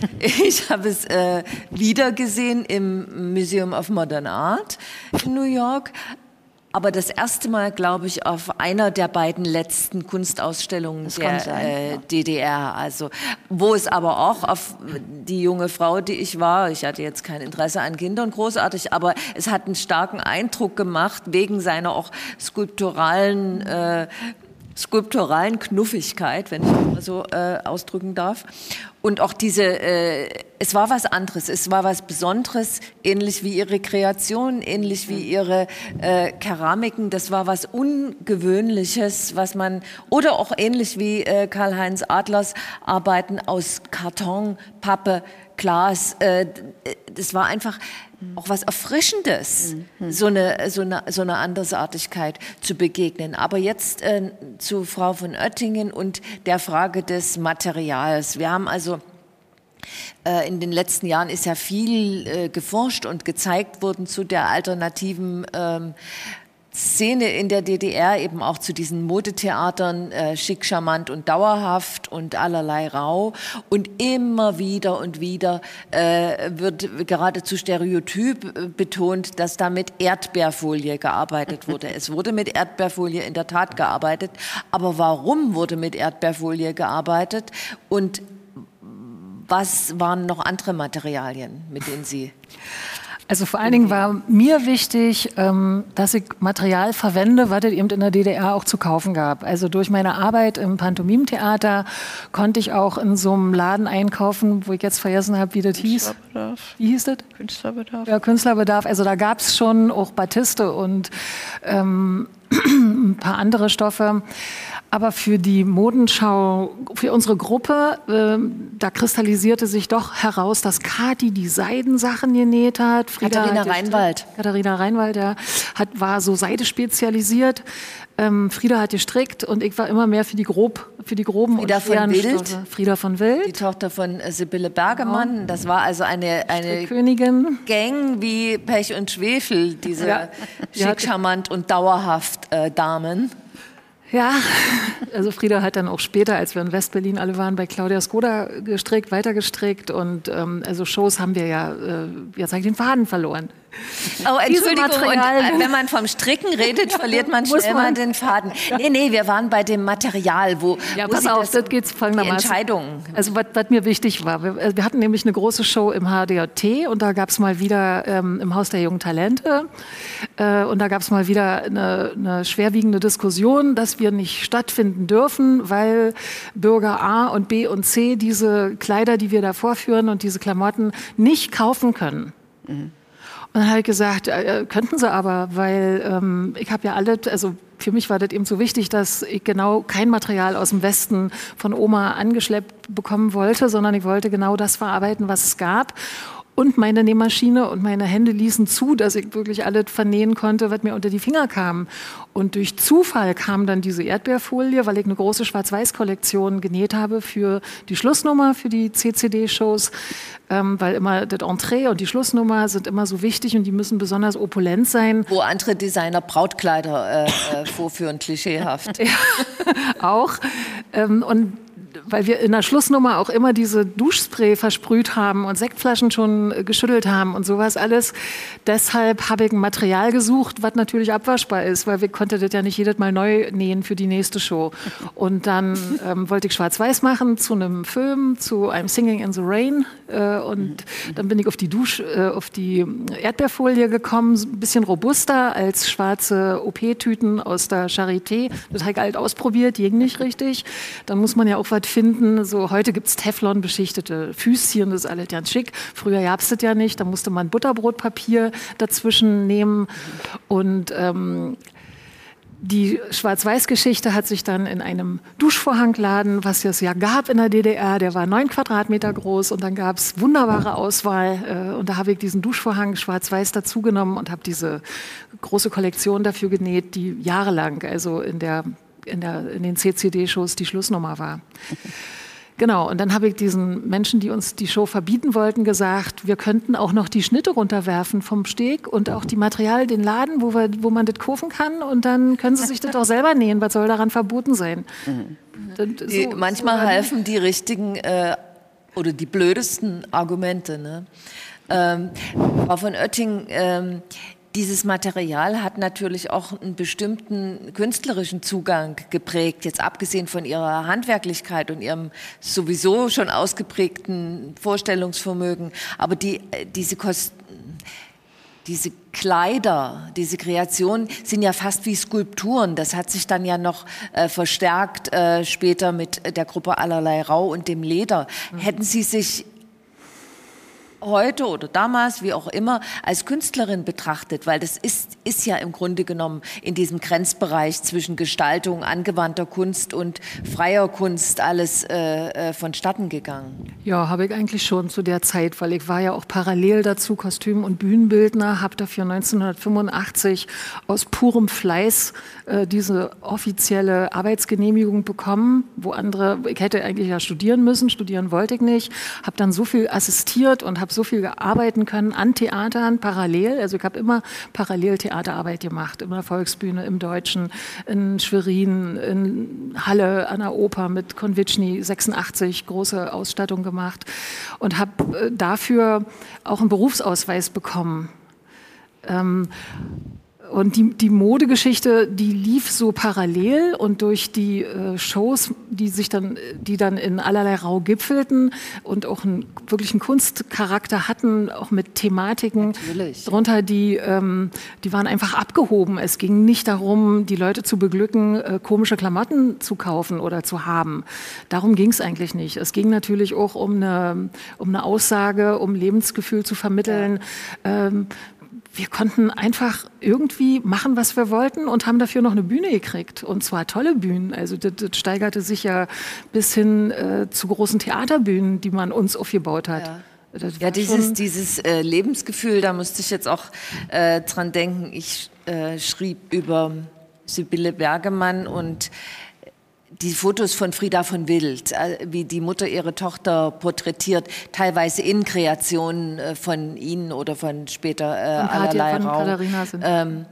Ich habe es äh, wieder gesehen im Museum of Modern Art in New York. Aber das erste Mal, glaube ich, auf einer der beiden letzten Kunstausstellungen das der sein, äh, ja. D D R. Also, wo es aber auch auf die junge Frau, die ich war, ich hatte jetzt kein Interesse an Kindern, großartig, aber es hat einen starken Eindruck gemacht, wegen seiner auch skulpturalen, äh, skulpturalen Knuffigkeit, wenn ich das mal so äh, ausdrücken darf. Und auch diese, äh, es war was anderes, es war was Besonderes, ähnlich wie ihre Kreation, ähnlich wie ihre äh, Keramiken. Das war was Ungewöhnliches, was man, oder auch ähnlich wie äh, Karl-Heinz Adlers Arbeiten aus Karton, Pappe, Glas. Äh, das war einfach auch was Erfrischendes, mhm. so eine, so eine, so eine Andersartigkeit zu begegnen. Aber jetzt äh, zu Frau von Oettingen und der Frage des Materials. Wir haben also äh, in den letzten Jahren ist ja viel äh, geforscht und gezeigt worden zu der alternativen ähm, Szene in der D D R, eben auch zu diesen Modetheatern, äh, schick, charmant und dauerhaft und allerlei rau. Und immer wieder und wieder äh, wird geradezu stereotyp äh, betont, dass da mit Erdbeerfolie gearbeitet wurde. Es wurde mit Erdbeerfolie in der Tat gearbeitet. Aber warum wurde mit Erdbeerfolie gearbeitet? Und was waren noch andere Materialien, mit denen Sie... Also vor allen Dingen war mir wichtig, ähm, dass ich Material verwende, was es eben in der D D R auch zu kaufen gab. Also durch meine Arbeit im Pantomimentheater konnte ich auch in so einem Laden einkaufen, wo ich jetzt vergessen habe, wie das hieß. Künstlerbedarf. Wie hieß das? Künstlerbedarf. Ja, Künstlerbedarf. Also da gab es schon auch Batiste und ähm, ein paar andere Stoffe. Aber für die Modenschau, für unsere Gruppe, äh, da kristallisierte sich doch heraus, dass Kathi die Seidensachen genäht hat. Frieda Katharina hat Reinwald. Katharina Reinwald, ja, hat, war so Seide spezialisiert. Ähm, Frieda hat gestrickt und ich war immer mehr für die, grob, für die groben Frieda und schweren von Wild. Stoffe. Frieda von Wild. Die Tochter von äh, Sibylle Bergemann. Genau. Das war also eine, eine Königin. Gang wie Pech und Schwefel, diese ja. schick, charmant und dauerhaft äh, Damen. Ja, also Frieda hat dann auch später, als wir in Westberlin alle waren, bei Claudia Skoda gestrickt, weitergestrickt und ähm, also Shows haben wir ja, äh, jetzt habe ich den Faden verloren. Oh, Entschuldigung, und äh, wenn man vom Stricken redet, verliert man schnell mal den Faden. Nee, nee, wir waren bei dem Material, wo, ja, wo pass Sie auf, das, das geht's folgendermaßen. Die Entscheidungen. Also was, was mir wichtig war, wir, wir hatten nämlich eine große Show im H D J T und da gab es mal wieder ähm, im Haus der jungen Talente äh, und da gab es mal wieder eine, eine schwerwiegende Diskussion, dass wir nicht stattfinden dürfen, weil Bürger A und B und C diese Kleider, die wir da vorführen und diese Klamotten nicht kaufen können. Mhm. Und dann habe ich gesagt, äh, könnten sie aber, weil ähm, ich habe ja alle, also für mich war das eben so wichtig, dass ich genau kein Material aus dem Westen von Oma angeschleppt bekommen wollte, sondern ich wollte genau das verarbeiten, was es gab. Und meine Nähmaschine und meine Hände ließen zu, dass ich wirklich alles vernähen konnte, was mir unter die Finger kam. Und durch Zufall kam dann diese Erdbeerfolie, weil ich eine große Schwarz-Weiß-Kollektion genäht habe für die Schlussnummer, für die C C D-Shows, ähm, weil immer das Entree und die Schlussnummer sind immer so wichtig und die müssen besonders opulent sein. Wo andere Designer Brautkleider äh, äh, vorführen, klischeehaft. Ja, auch. Ähm, und weil wir in der Schlussnummer auch immer diese Duschspray versprüht haben und Sektflaschen schon geschüttelt haben und sowas alles. Deshalb habe ich ein Material gesucht, was natürlich abwaschbar ist, weil wir konnten das ja nicht jedes Mal neu nähen für die nächste Show. Und dann ähm, wollte ich schwarz-weiß machen zu einem Film, zu I'm Singing in the Rain. Äh, und dann bin ich auf die Dusch, äh, auf die Erdbeerfolie gekommen, ein bisschen robuster als schwarze O P-Tüten aus der Charité. Das habe ich halt ausprobiert, ging nicht richtig. Dann muss man ja auch was finden. So, heute gibt es Teflon beschichtete Füßchen, das ist alles ganz schick. Früher gab es das ja nicht, da musste man Butterbrotpapier dazwischen nehmen. Und ähm, die Schwarz-Weiß-Geschichte hat sich dann in einem Duschvorhangladen, was es ja gab in der D D R, der war neun Quadratmeter groß und dann gab es wunderbare Auswahl. Äh, und da habe ich diesen Duschvorhang schwarz-weiß dazugenommen und habe diese große Kollektion dafür genäht, die jahrelang, also in der In, der, in den C C D-Shows die Schlussnummer war. Genau, und dann habe ich diesen Menschen, die uns die Show verbieten wollten, gesagt, wir könnten auch noch die Schnitte runterwerfen vom Steg und auch die Material, den Laden, wo, wir, wo man das kaufen kann und dann können sie sich das auch selber nähen, was soll daran verboten sein? Mhm. Das, die, so, manchmal so helfen die richtigen äh, oder die blödesten Argumente. Ne? Ähm, Frau von Oetting, ähm, dieses Material hat natürlich auch einen bestimmten künstlerischen Zugang geprägt, jetzt abgesehen von ihrer Handwerklichkeit und ihrem sowieso schon ausgeprägten Vorstellungsvermögen. Aber die, diese, Kost diese Kleider, diese Kreationen sind ja fast wie Skulpturen. Das hat sich dann ja noch äh, verstärkt äh, später mit der Gruppe Allerlei Rau und dem Leder. Mhm. Hätten Sie sich heute oder damals, wie auch immer, als Künstlerin betrachtet, weil das ist, ist ja im Grunde genommen in diesem Grenzbereich zwischen Gestaltung, angewandter Kunst und freier Kunst alles äh, vonstatten gegangen. Ja, habe ich eigentlich schon zu der Zeit, weil ich war ja auch parallel dazu Kostüm- und Bühnenbildner, habe dafür neunzehnhundertfünfundachtzig aus purem Fleiß äh, diese offizielle Arbeitsgenehmigung bekommen, wo andere, ich hätte eigentlich ja studieren müssen, studieren wollte ich nicht, habe dann so viel assistiert und habe so viel arbeiten können an Theatern parallel. Also ich habe immer parallel Theaterarbeit gemacht, in der Volksbühne, im Deutschen, in Schwerin, in Halle an der Oper mit Konvitschny, sechsundachtzig, große Ausstattung gemacht und habe äh, dafür auch einen Berufsausweis bekommen. Ähm, und die, die Modegeschichte, die lief so parallel und durch die äh, Shows, die sich dann, die dann in allerlei Rau gipfelten und auch einen wirklichen Kunstcharakter hatten, auch mit Thematiken Natürlich. drunter, die, ähm, die waren einfach abgehoben. Es ging nicht darum, die Leute zu beglücken, äh, komische Klamotten zu kaufen oder zu haben. Darum ging es eigentlich nicht. Es ging natürlich auch um eine, um eine Aussage, um Lebensgefühl zu vermitteln. Ja. Ähm, wir konnten einfach irgendwie machen, was wir wollten und haben dafür noch eine Bühne gekriegt. Und zwar tolle Bühnen. Also das, das steigerte sich ja bis hin äh, zu großen Theaterbühnen, die man uns aufgebaut hat. Ja. Ja, dieses, dieses äh, Lebensgefühl, da musste ich jetzt auch äh, dran denken. Ich äh, schrieb über Sibylle Bergemann und die Fotos von Frieda von Wild, äh, wie die Mutter ihre Tochter porträtiert, teilweise in Kreationen äh, von ihnen oder von später äh, von allerlei von Rau. Ähm,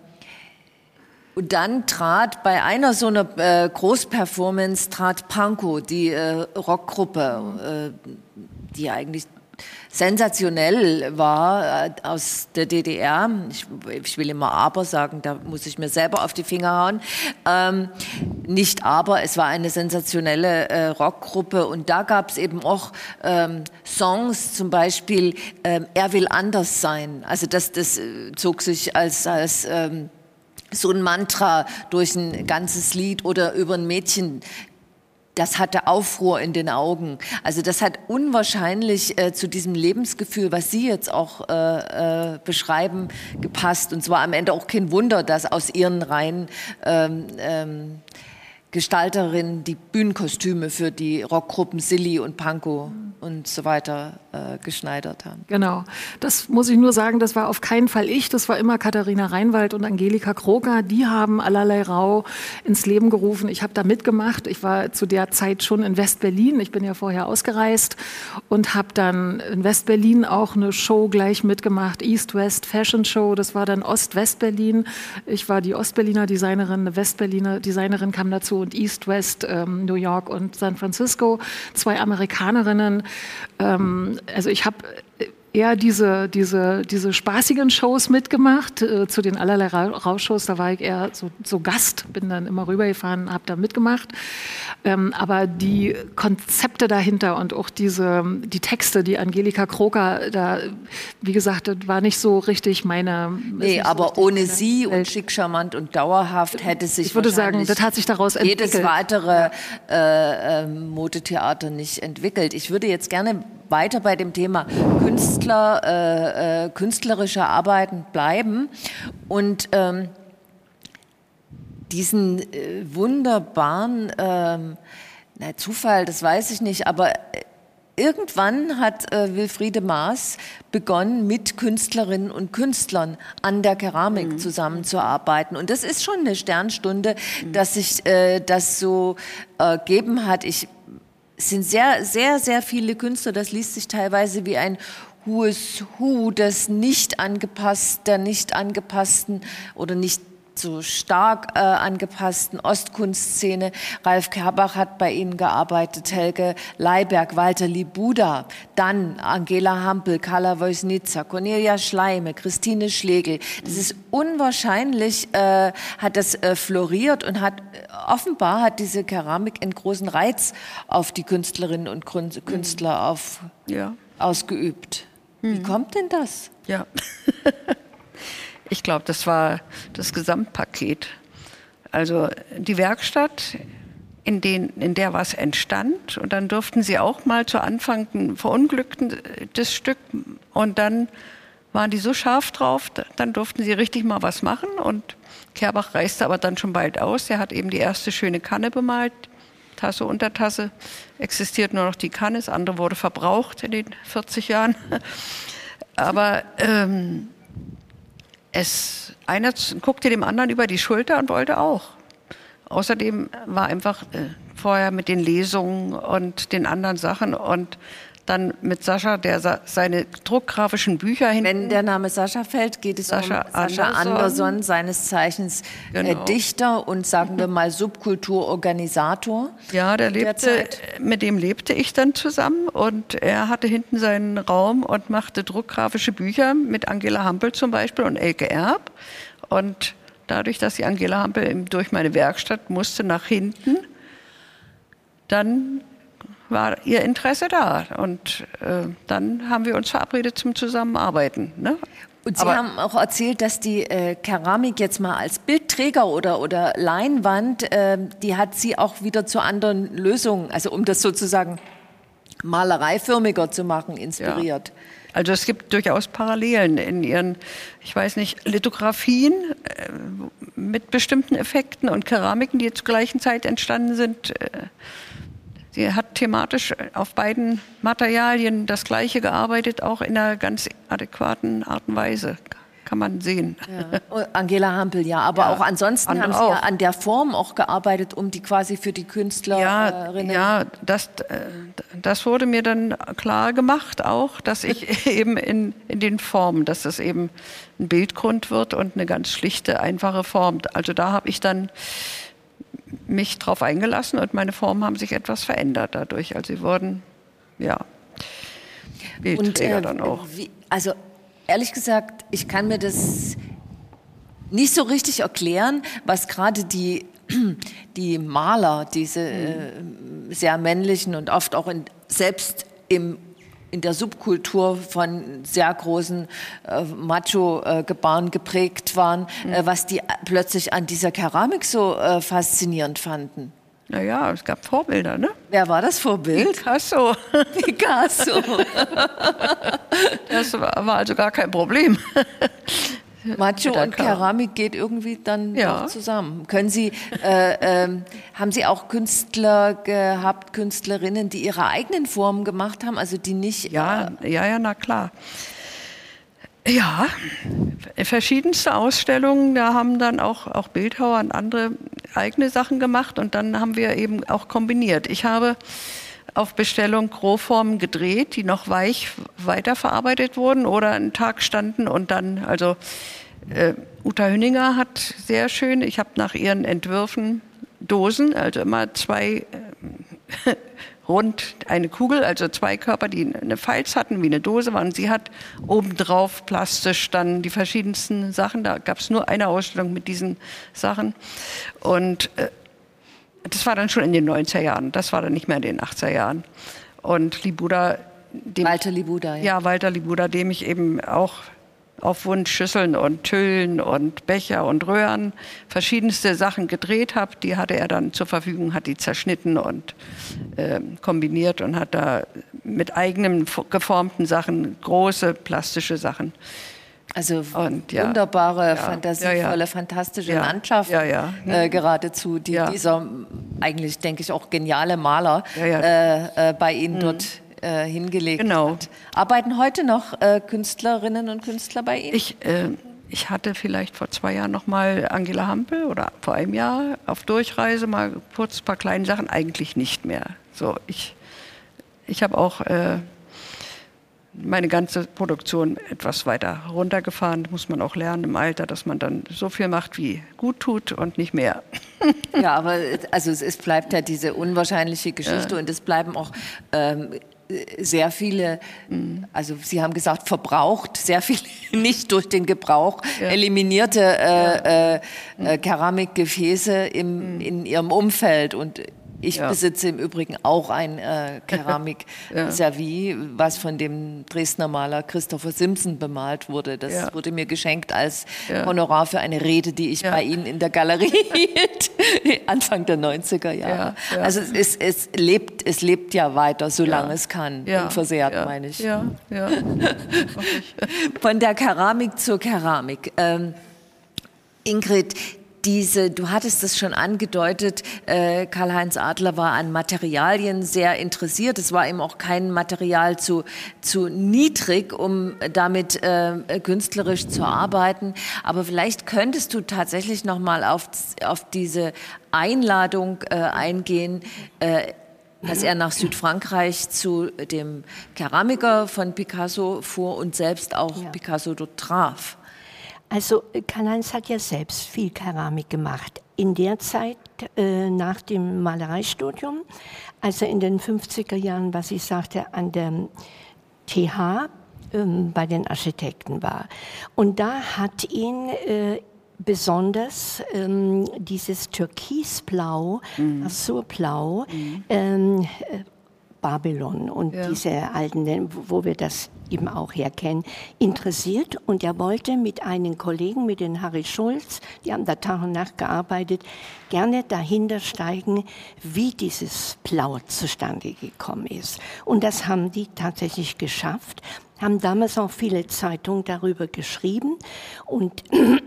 und dann trat bei einer so einer äh, Großperformance trat Pankow, die äh, Rockgruppe, äh, die eigentlich sensationell war äh, aus der D D R. Ich, ich will immer aber sagen, da muss ich mir selber auf die Finger hauen. Ähm, nicht aber, es war eine sensationelle äh, Rockgruppe und da gab es eben auch ähm, Songs, zum Beispiel ähm, Er will anders sein. Also das, das äh, zog sich als, als ähm, so ein Mantra durch ein ganzes Lied oder über ein Mädchen. Das hatte Aufruhr in den Augen. Also das hat unwahrscheinlich äh, zu diesem Lebensgefühl, was Sie jetzt auch äh, äh, beschreiben, gepasst. Und zwar am Ende auch kein Wunder, dass aus Ihren Reihen ähm, ähm, Gestalterinnen die Bühnenkostüme für die Rockgruppen Silly und Pankow und so weiter äh, geschneidert haben. Genau. Das muss ich nur sagen, das war auf keinen Fall ich, das war immer Katharina Reinwald und Angelika Kroker. Die haben allerlei Rau ins Leben gerufen. Ich habe da mitgemacht. Ich war zu der Zeit schon in West-Berlin. Ich bin ja vorher ausgereist und habe dann in West-Berlin auch eine Show gleich mitgemacht. East-West Fashion Show. Das war dann Ost-West-Berlin. Ich war die Ostberliner Designerin, eine West-Berliner Designerin kam dazu und East-West, ähm, New York und San Francisco. Zwei Amerikanerinnen. Ähm, also ich habe eher diese, diese, diese spaßigen Shows mitgemacht, äh, zu den allerlei Rausshows, da war ich eher so, so Gast, bin dann immer rübergefahren, habe da mitgemacht. Ähm, aber die Konzepte dahinter und auch diese, die Texte, die Angelika Kroker, da, wie gesagt, das war nicht so richtig meine... Nee, aber so ohne sie Welt. Und schick, charmant und dauerhaft hätte sich ich würde sagen, das hat sich daraus entwickelt. Jedes weitere äh, äh, Modetheater nicht entwickelt. Ich würde jetzt gerne weiter bei dem Thema Künstler, äh, äh, künstlerische Arbeiten bleiben und ähm, diesen äh, wunderbaren ähm, na, Zufall, das weiß ich nicht, aber irgendwann hat äh, Wilfriede Maaß begonnen, mit Künstlerinnen und Künstlern an der Keramik mhm. zusammenzuarbeiten. Und das ist schon eine Sternstunde, mhm. dass sich äh, das so äh, gegeben hat. Ich Es sind sehr, sehr, sehr viele Künstler, das liest sich teilweise wie ein Who is Who des nicht angepassten, der nicht angepassten oder nicht so stark äh, angepassten Ostkunstszene. Ralf Kerbach hat bei Ihnen gearbeitet, Helge Leiberg, Walter Libuda, dann Angela Hampel, Carla Wojsnica, Cornelia Schleime, Christine Schlegel. Das ist unwahrscheinlich, äh, hat das äh, floriert und hat äh, offenbar hat diese Keramik einen großen Reiz auf die Künstlerinnen und Künstler mhm. auf, ja. ausgeübt. Mhm. Wie kommt denn das? Ja. Ich glaube, das war das Gesamtpaket. Also die Werkstatt, in, den, in der was entstand. Und dann durften sie auch mal zu Anfang ein verunglücktes Stück. Und dann waren die so scharf drauf, dann durften sie richtig mal was machen. Und Kerbach reiste aber dann schon bald aus. Er hat eben die erste schöne Kanne bemalt. Tasse, Untertasse. Existiert nur noch die Kanne. Das andere wurde verbraucht in den vierzig Jahren. Aber... Ähm, Es, einer guckte dem anderen über die Schulter und wollte auch. Außerdem war einfach äh, vorher mit den Lesungen und den anderen Sachen und dann mit Sascha, der sa seine druckgrafischen Bücher hinten... Wenn der Name Sascha fällt, geht es Sascha um Sascha Anderson, Anderson seines Zeichens genau. äh, Dichter und sagen wir mal Subkulturorganisator. Ja, der lebte, mit dem lebte ich dann zusammen und er hatte hinten seinen Raum und machte druckgrafische Bücher mit Angela Hampel zum Beispiel und Elke Erb und dadurch, dass die Angela Hampel durch meine Werkstatt musste nach hinten, dann war ihr Interesse da. Und äh, dann haben wir uns verabredet zum Zusammenarbeiten. Ne? Und Sie Aber haben auch erzählt, dass die äh, Keramik jetzt mal als Bildträger oder, oder Leinwand, äh, die hat Sie auch wieder zu anderen Lösungen, also um das sozusagen malereiförmiger zu machen, inspiriert. Ja. Also es gibt durchaus Parallelen in Ihren, ich weiß nicht, Lithografien äh, mit bestimmten Effekten und Keramiken, die zur gleichen Zeit entstanden sind. Äh, sie hat thematisch auf beiden Materialien das Gleiche gearbeitet, auch in einer ganz adäquaten Art und Weise. Kann man sehen. Ja. Angela Hampel, ja, aber ja, auch ansonsten haben Sie auch. ja an der Form auch gearbeitet, um die quasi für die Künstlerinnen... Ja, ja das, das wurde mir dann klar gemacht auch, dass ich eben in, in den Formen, dass das eben ein Bildgrund wird und eine ganz schlichte, einfache Form. Also da habe ich dann mich drauf eingelassen und meine Formen haben sich etwas verändert dadurch. Also sie wurden, ja, Bildträger und, äh, dann auch. Wie, also ehrlich gesagt, ich kann mir das nicht so richtig erklären, was gerade die, die Maler, diese äh, sehr männlichen und oft auch in, selbst im, in der Subkultur von sehr großen äh, Macho-Gebaren geprägt waren, mhm. äh, was die plötzlich an dieser Keramik so äh, faszinierend fanden. Naja, es gab Vorbilder, ne? Wer war das Vorbild? Picasso. Picasso. Das war, war also gar kein Problem. Macho und Keramik geht irgendwie dann ja. doch zusammen. Können Sie, äh, äh, haben Sie auch Künstler gehabt, Künstlerinnen, die ihre eigenen Formen gemacht haben, also die nicht... Ja, äh, ja, ja, na klar. Ja, verschiedenste Ausstellungen, da haben dann auch, auch Bildhauer und andere eigene Sachen gemacht und dann haben wir eben auch kombiniert. Ich habe auf Bestellung Rohformen gedreht, die noch weich weiterverarbeitet wurden oder einen Tag standen und dann, also äh, Uta Hüninger hat sehr schön, ich habe nach ihren Entwürfen Dosen, also immer zwei äh, rund eine Kugel, also zwei Körper, die eine Falz hatten, wie eine Dose waren. Und sie hat obendrauf plastisch dann die verschiedensten Sachen. Da gab es nur eine Ausstellung mit diesen Sachen. Und äh, das war dann schon in den neunziger Jahren. Das war dann nicht mehr in den achtziger Jahren. Und Libuda... Dem, Walter Libuda, ja. Ja, Walter Libuda, dem ich eben auch auf Wunsch Schüsseln und Hüllen und Becher und Röhren verschiedenste Sachen gedreht habe. Die hatte er dann zur Verfügung, hat die zerschnitten und äh, kombiniert und hat da mit eigenen geformten Sachen große plastische Sachen. Also und, ja, wunderbare, ja, fantasievolle, ja, ja. fantastische ja, Landschaften ja, ja. Äh, geradezu, die ja. dieser eigentlich, denke ich, auch geniale Maler ja, ja. Äh, äh, bei Ihnen mhm. dort Äh, hingelegt genau. hat. Arbeiten heute noch äh, Künstlerinnen und Künstler bei Ihnen? Ich, äh, ich hatte vielleicht vor zwei Jahren noch mal Angela Hampel oder vor einem Jahr auf Durchreise mal kurz ein paar kleine Sachen, eigentlich nicht mehr. So, ich ich habe auch äh, meine ganze Produktion etwas weiter runtergefahren. Das muss man auch lernen im Alter, dass man dann so viel macht, wie gut tut und nicht mehr. Ja, aber also es, es bleibt ja diese unwahrscheinliche Geschichte ja. und es bleiben auch ähm, sehr viele, also Sie haben gesagt, verbraucht, sehr viele nicht durch den Gebrauch ja. eliminierte äh, äh, äh, Keramikgefäße im, mhm. in Ihrem Umfeld. Und ich ja. besitze im Übrigen auch ein äh, Keramik-Service, ja. was von dem Dresdner Maler Christopher Simpson bemalt wurde. Das ja. wurde mir geschenkt als ja. Honorar für eine Rede, die ich ja. bei Ihnen in der Galerie hielt, Anfang der neunziger Jahre. Ja. Ja. Also es, es, lebt, es lebt ja weiter, solange ja. es kann, ja. unversehrt, ja. meine ich. Ja. Ja. Von der Keramik zur Keramik. Ähm, Ingrid, Diese, du hattest es schon angedeutet, äh, Karl-Heinz Adler war an Materialien sehr interessiert. Es war ihm auch kein Material zu, zu niedrig, um damit äh, künstlerisch zu arbeiten. Aber vielleicht könntest du tatsächlich noch mal auf, auf diese Einladung äh, eingehen, äh, dass er nach Südfrankreich zu dem Keramiker von Picasso fuhr und selbst auch ja. Picasso dort traf. Also Karl-Heinz hat ja selbst viel Keramik gemacht. In der Zeit äh, nach dem Malereistudium, als er in den fünfziger Jahren, was ich sagte, an der T H ähm, bei den Architekten war. Und da hat ihn äh, besonders ähm, dieses Türkisblau, mhm. Azurblau, mhm. ähm, Babylon und ja. diese alten, wo wir das eben auch herkennen, interessiert. Und er wollte mit einem Kollegen, mit dem Harry Schulz, die haben da Tag und Nacht gearbeitet, gerne dahinter steigen, wie dieses Blau zustande gekommen ist. Und das haben die tatsächlich geschafft, haben damals auch viele Zeitungen darüber geschrieben. Und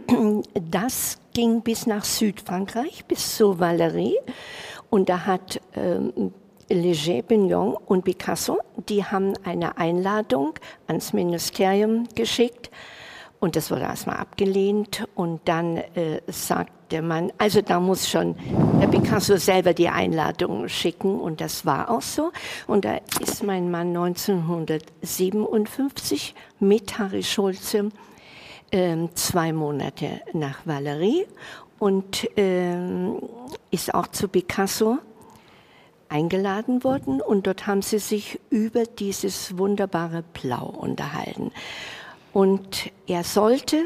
das ging bis nach Südfrankreich, bis zur Valerie. Und da hat ähm, Léger, Bignon und Picasso, die haben eine Einladung ans Ministerium geschickt und das wurde erstmal abgelehnt und dann äh, sagte man, also da muss schon der Picasso selber die Einladung schicken und das war auch so. Und da ist mein Mann neunzehnhundertsiebenundfünfzig mit Harry Schulze äh, zwei Monate nach Valerie und äh, ist auch zu Picasso eingeladen worden und dort haben sie sich über dieses wunderbare Blau unterhalten. Und er sollte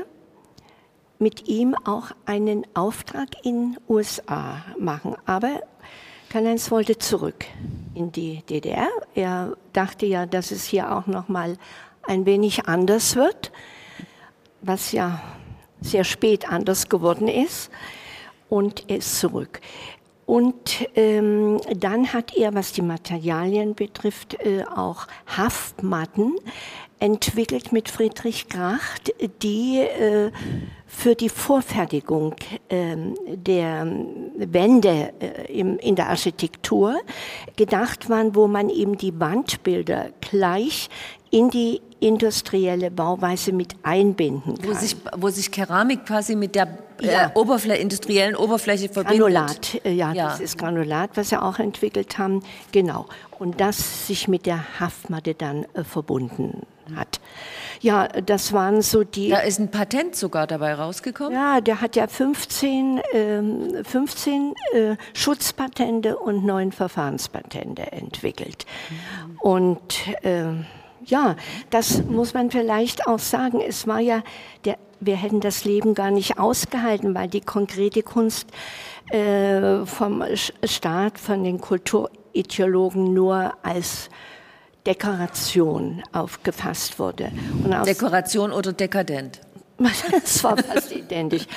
mit ihm auch einen Auftrag in U S A machen, aber Karl-Heinz wollte zurück in die D D R. Er dachte ja, dass es hier auch noch mal ein wenig anders wird, was ja sehr spät anders geworden ist, und er ist zurück. Und ähm, dann hat er, was die Materialien betrifft, äh, auch Haftmatten entwickelt mit Friedrich Gracht, die äh, für die Vorfertigung äh, der Wände äh, im, in der Architektur gedacht waren, wo man eben die Wandbilder gleich in die industrielle Bauweise mit einbinden kann. Wo sich, wo sich Keramik quasi mit der ja. äh, Oberfläche, industriellen Oberfläche verbindet. Granulat, äh, ja, ja, das ist Granulat, was sie auch entwickelt haben. Genau. Und das sich mit der Haftmatte dann äh, verbunden hat. Ja, das waren so die... Da ist ein Patent sogar dabei rausgekommen? Ja, der hat ja fünfzehn, ähm, fünfzehn äh, Schutzpatente und neun Verfahrenspatente entwickelt. Mhm. Und... Äh, Ja, das muss man vielleicht auch sagen. Es war ja, der, wir hätten das Leben gar nicht ausgehalten, weil die konkrete Kunst äh, vom Staat, von den Kulturideologen nur als Dekoration aufgefasst wurde. Und Dekoration oder dekadent? Das war fast identisch.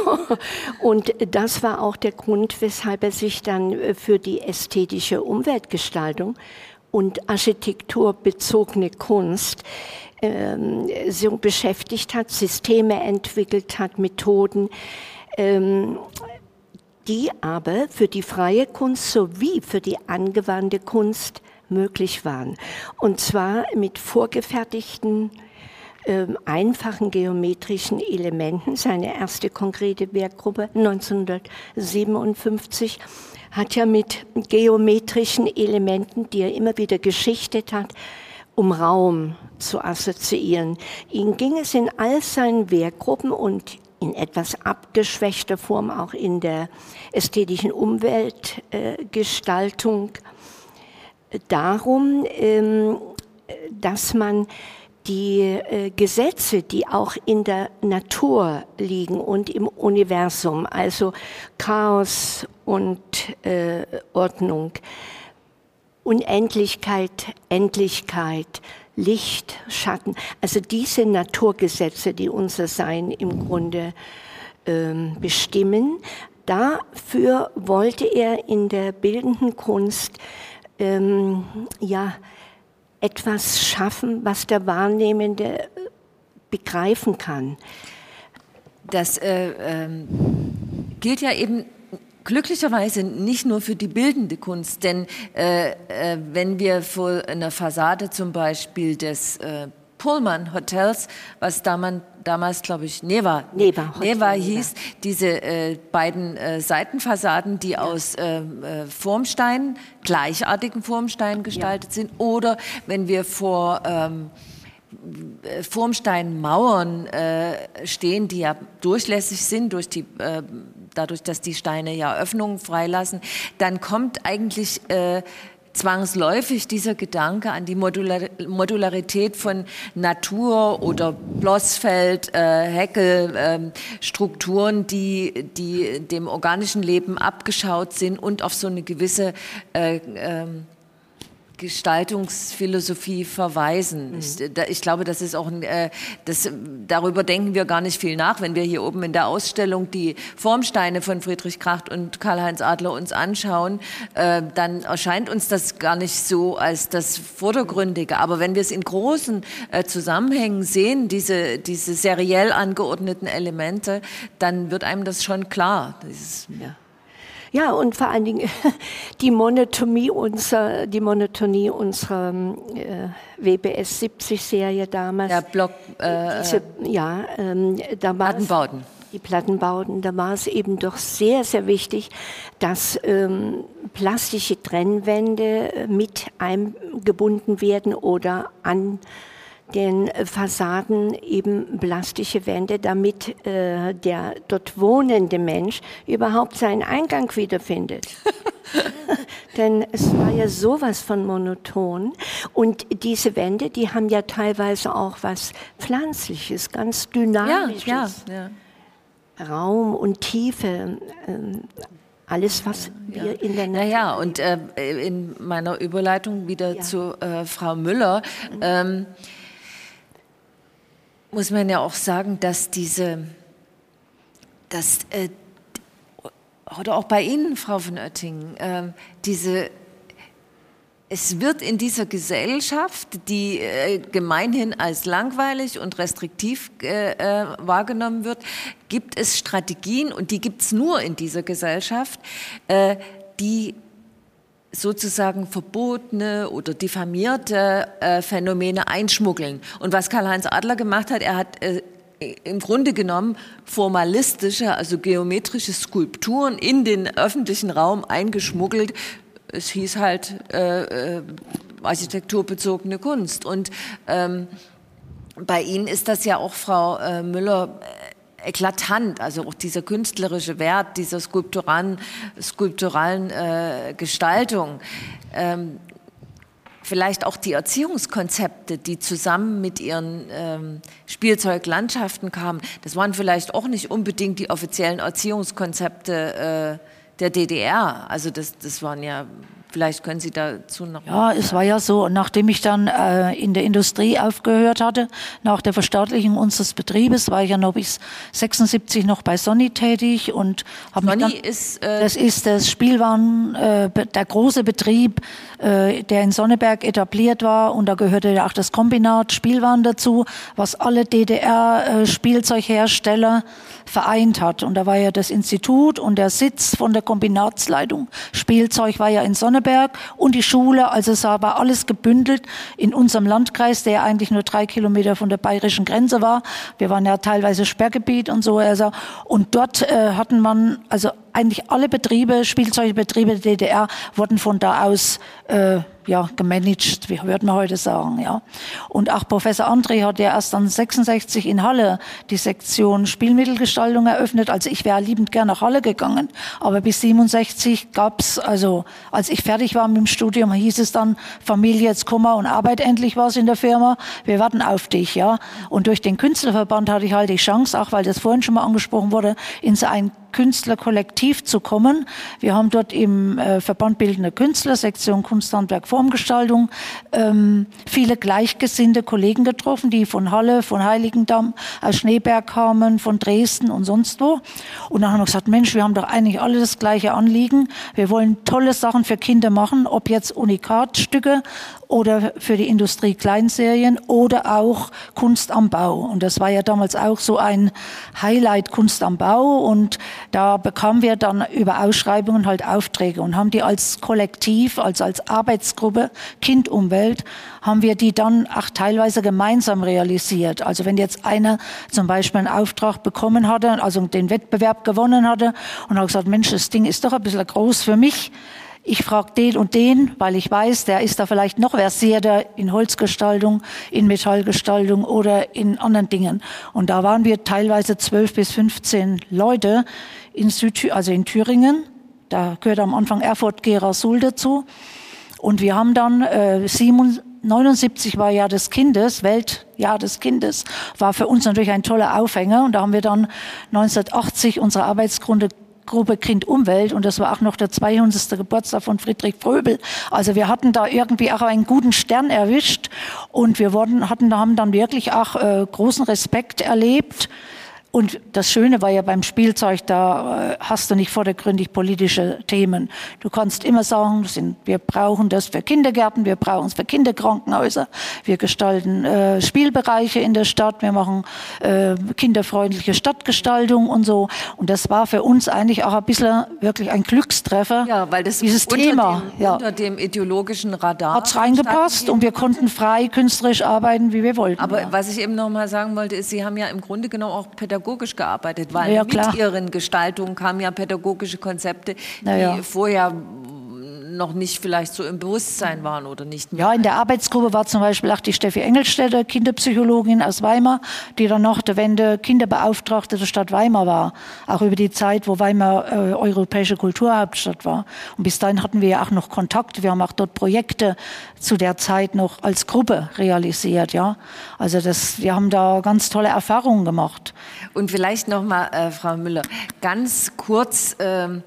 Und das war auch der Grund, weshalb er sich dann für die ästhetische Umweltgestaltung und architekturbezogene Kunst ähm, so beschäftigt hat, Systeme entwickelt hat, Methoden, ähm, die aber für die freie Kunst sowie für die angewandte Kunst möglich waren. Und zwar mit vorgefertigten, ähm, einfachen geometrischen Elementen. Seine erste konkrete Werkgruppe neunzehnhundertsiebenundfünfzig hat ja mit geometrischen Elementen, die er immer wieder geschichtet hat, um Raum zu assoziieren. Ihm ging es in all seinen Werkgruppen und in etwas abgeschwächter Form auch in der ästhetischen Umweltgestaltung äh, darum, ähm, dass man die äh, Gesetze, die auch in der Natur liegen und im Universum, also Chaos und äh, Ordnung, Unendlichkeit, Endlichkeit, Licht, Schatten, also diese Naturgesetze, die unser Sein im Grunde ähm, bestimmen, dafür wollte er in der bildenden Kunst ähm, ja etwas schaffen, was der Wahrnehmende begreifen kann. Das äh, ähm, gilt ja eben glücklicherweise nicht nur für die bildende Kunst, denn äh, äh, wenn wir vor einer Fassade zum Beispiel des äh, Pullman Hotels, was damals, damals glaube ich, Neva, Neva, Neva hieß, ja. diese äh, beiden äh, Seitenfassaden, die ja. aus äh, Formsteinen, gleichartigen Formsteinen gestaltet ja. sind, oder wenn wir vor ähm, Formsteinmauern äh, stehen, die ja durchlässig sind durch die, äh, dadurch, dass die Steine ja Öffnungen freilassen, dann kommt eigentlich äh, zwangsläufig dieser Gedanke an die Modular Modularität von Natur oder Blossfeld, äh, Hecke, äh, Strukturen, die, die dem organischen Leben abgeschaut sind und auf so eine gewisse äh, äh, Gestaltungsphilosophie verweisen. Mhm. Ich, da, ich glaube, das ist auch ein, äh, das, darüber denken wir gar nicht viel nach, wenn wir hier oben in der Ausstellung die Formsteine von Friedrich Kracht und Karl-Heinz Adler uns anschauen, äh, dann erscheint uns das gar nicht so als das Vordergründige. Aber wenn wir es in großen äh, Zusammenhängen sehen, diese, diese seriell angeordneten Elemente, dann wird einem das schon klar. Dieses, ja. Ja, und vor allen Dingen die Monotonie unserer, die Monotonie unserer äh, W B S siebzig Serie damals. Der Block, äh, diese, ja, ähm, da Plattenbauten. Die Plattenbauten, da war es eben doch sehr, sehr wichtig, dass ähm, plastische Trennwände mit eingebunden werden oder an den Fassaden eben plastische Wände, damit äh, der dort wohnende Mensch überhaupt seinen Eingang wiederfindet. Denn es war ja sowas von monoton. Und diese Wände, die haben ja teilweise auch was Pflanzliches, ganz Dynamisches. Ja, ja, ja. Raum und Tiefe. Äh, Alles, was ja. wir in der Natur... Naja, und äh, in meiner Überleitung wieder ja. zu äh, Frau Müller... Mhm. Ähm, muss man ja auch sagen, dass diese, dass, äh, oder auch bei Ihnen, Frau von Oettingen, äh, diese, es wird in dieser Gesellschaft, die äh, gemeinhin als langweilig und restriktiv äh, äh, wahrgenommen wird, gibt es Strategien, und die gibt es nur in dieser Gesellschaft, äh, die sozusagen verbotene oder diffamierte äh, Phänomene einschmuggeln. Und was Karl-Heinz Adler gemacht hat, er hat äh, im Grunde genommen formalistische, also geometrische Skulpturen in den öffentlichen Raum eingeschmuggelt. Es hieß halt äh, äh, architekturbezogene Kunst. Und ähm, bei Ihnen ist das ja auch, Frau äh, Müller, eklatant, also auch dieser künstlerische Wert dieser skulpturalen, skulpturalen äh, Gestaltung. Ähm, vielleicht auch die Erziehungskonzepte, die zusammen mit ihren ähm, Spielzeuglandschaften kamen, das waren vielleicht auch nicht unbedingt die offiziellen Erziehungskonzepte äh, der D D R. Also das, das waren ja... Vielleicht können Sie dazu noch... Ja, es war ja so, nachdem ich dann äh, in der Industrie aufgehört hatte, nach der Verstaatlichung unseres Betriebes, war ich ja noch bis sechsundsiebzig noch bei Sony tätig und habe mich dann... ist... Äh, das ist das Spielwaren, äh, der große Betrieb, äh, der in Sonneberg etabliert war, und da gehörte ja auch das Kombinat Spielwaren dazu, was alle D D R-Spielzeughersteller vereint hat. Und da war ja das Institut und der Sitz von der Kombinatsleitung Spielzeug war ja in Sonneberg und die Schule, also es war alles gebündelt in unserem Landkreis, der eigentlich nur drei Kilometer von der bayerischen Grenze war. Wir waren ja teilweise Sperrgebiet und so. Also, und dort äh, hatten man, also eigentlich alle Betriebe, Spielzeugbetriebe der D D R wurden von da aus äh, ja, gemanagt, wie würde man heute sagen, ja. Und auch Professor André hat ja erst dann sechsundsechzig in Halle die Sektion Spielmittelgestaltung eröffnet. Also ich wäre liebend gern nach Halle gegangen. Aber bis siebenundsechzig gab's, also als ich fertig war mit dem Studium, hieß es dann, Familie, jetzt komm mal und arbeit endlich was in der Firma. Wir warten auf dich, ja. Und durch den Künstlerverband hatte ich halt die Chance, auch weil das vorhin schon mal angesprochen wurde, in so ein Künstlerkollektiv zu kommen. Wir haben dort im äh, Verband Bildende Künstler, Sektion Kunsthandwerk, Formgestaltung, ähm, viele gleichgesinnte Kollegen getroffen, die von Halle, von Heiligendamm, aus Schneeberg kamen, von Dresden und sonst wo. Und dann haben wir gesagt, Mensch, wir haben doch eigentlich alle das gleiche Anliegen. Wir wollen tolle Sachen für Kinder machen, ob jetzt Unikatstücke oder für die Industrie Kleinserien oder auch Kunst am Bau. Und das war ja damals auch so ein Highlight, Kunst am Bau. Und da bekamen wir dann über Ausschreibungen halt Aufträge und haben die als Kollektiv, als als Arbeitsgruppe Kind Umwelt, haben wir die dann auch teilweise gemeinsam realisiert. Also wenn jetzt einer zum Beispiel einen Auftrag bekommen hatte, also den Wettbewerb gewonnen hatte und hat gesagt, Mensch, das Ding ist doch ein bisschen groß für mich. Ich frage den und den, weil ich weiß, der ist da vielleicht noch versierter in Holzgestaltung, in Metallgestaltung oder in anderen Dingen. Und da waren wir teilweise zwölf bis fünfzehn Leute in Süd, also in Thüringen. Da gehört am Anfang Erfurt-Gera-Suhl dazu. Und wir haben dann äh, neunundsiebzig war Jahr des Kindes, Weltjahr des Kindes, war für uns natürlich ein toller Aufhänger. Und da haben wir dann neunzehnhundertachtzig unsere Arbeitsgruppe Gruppe Kind Umwelt, und das war auch noch der zweihundertste Geburtstag von Friedrich Fröbel. Also wir hatten da irgendwie auch einen guten Stern erwischt, und wir wurden, hatten, haben dann wirklich auch äh, großen Respekt erlebt. Und das Schöne war ja beim Spielzeug, da äh, hast du nicht vordergründig politische Themen. Du kannst immer sagen, sind, wir brauchen das für Kindergärten, wir brauchen es für Kinderkrankenhäuser, wir gestalten äh, Spielbereiche in der Stadt, wir machen äh, kinderfreundliche Stadtgestaltung und so. Und das war für uns eigentlich auch ein bisschen wirklich ein Glückstreffer. Ja, weil das dieses unter Thema dem, ja, unter dem ideologischen Radar hat es reingepasst, und wir konnten frei künstlerisch arbeiten, wie wir wollten. Aber ja. was ich eben noch mal sagen wollte, ist, Sie haben ja im Grunde genommen auch pädagogisch gearbeitet, weil ja, mit klar. Ihren Gestaltungen kamen ja pädagogische Konzepte, die ja. vorher noch nicht vielleicht so im Bewusstsein waren oder nicht mehr. Ja, in der Arbeitsgruppe war zum Beispiel auch die Steffi Engelstädter, Kinderpsychologin aus Weimar, die dann nach der Wende Kinderbeauftragte der Stadt Weimar war. Auch über die Zeit, wo Weimar äh, europäische Kulturhauptstadt war. Und bis dahin hatten wir ja auch noch Kontakt. Wir haben auch dort Projekte zu der Zeit noch als Gruppe realisiert. Ja, also das, wir haben da ganz tolle Erfahrungen gemacht. Und vielleicht noch mal, äh, Frau Müller, ganz kurz. Ähm,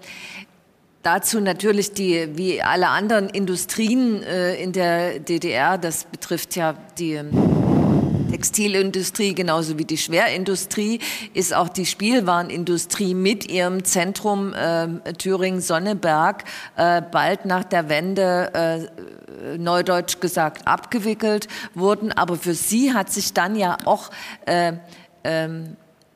Dazu natürlich die, wie alle anderen Industrien äh, in der D D R, das betrifft ja die ähm, Textilindustrie genauso wie die Schwerindustrie, ist auch die Spielwarenindustrie mit ihrem Zentrum äh, Thüringen-Sonneberg äh, bald nach der Wende, äh, neudeutsch gesagt, abgewickelt worden. Aber für sie hat sich dann ja auch äh, ähm,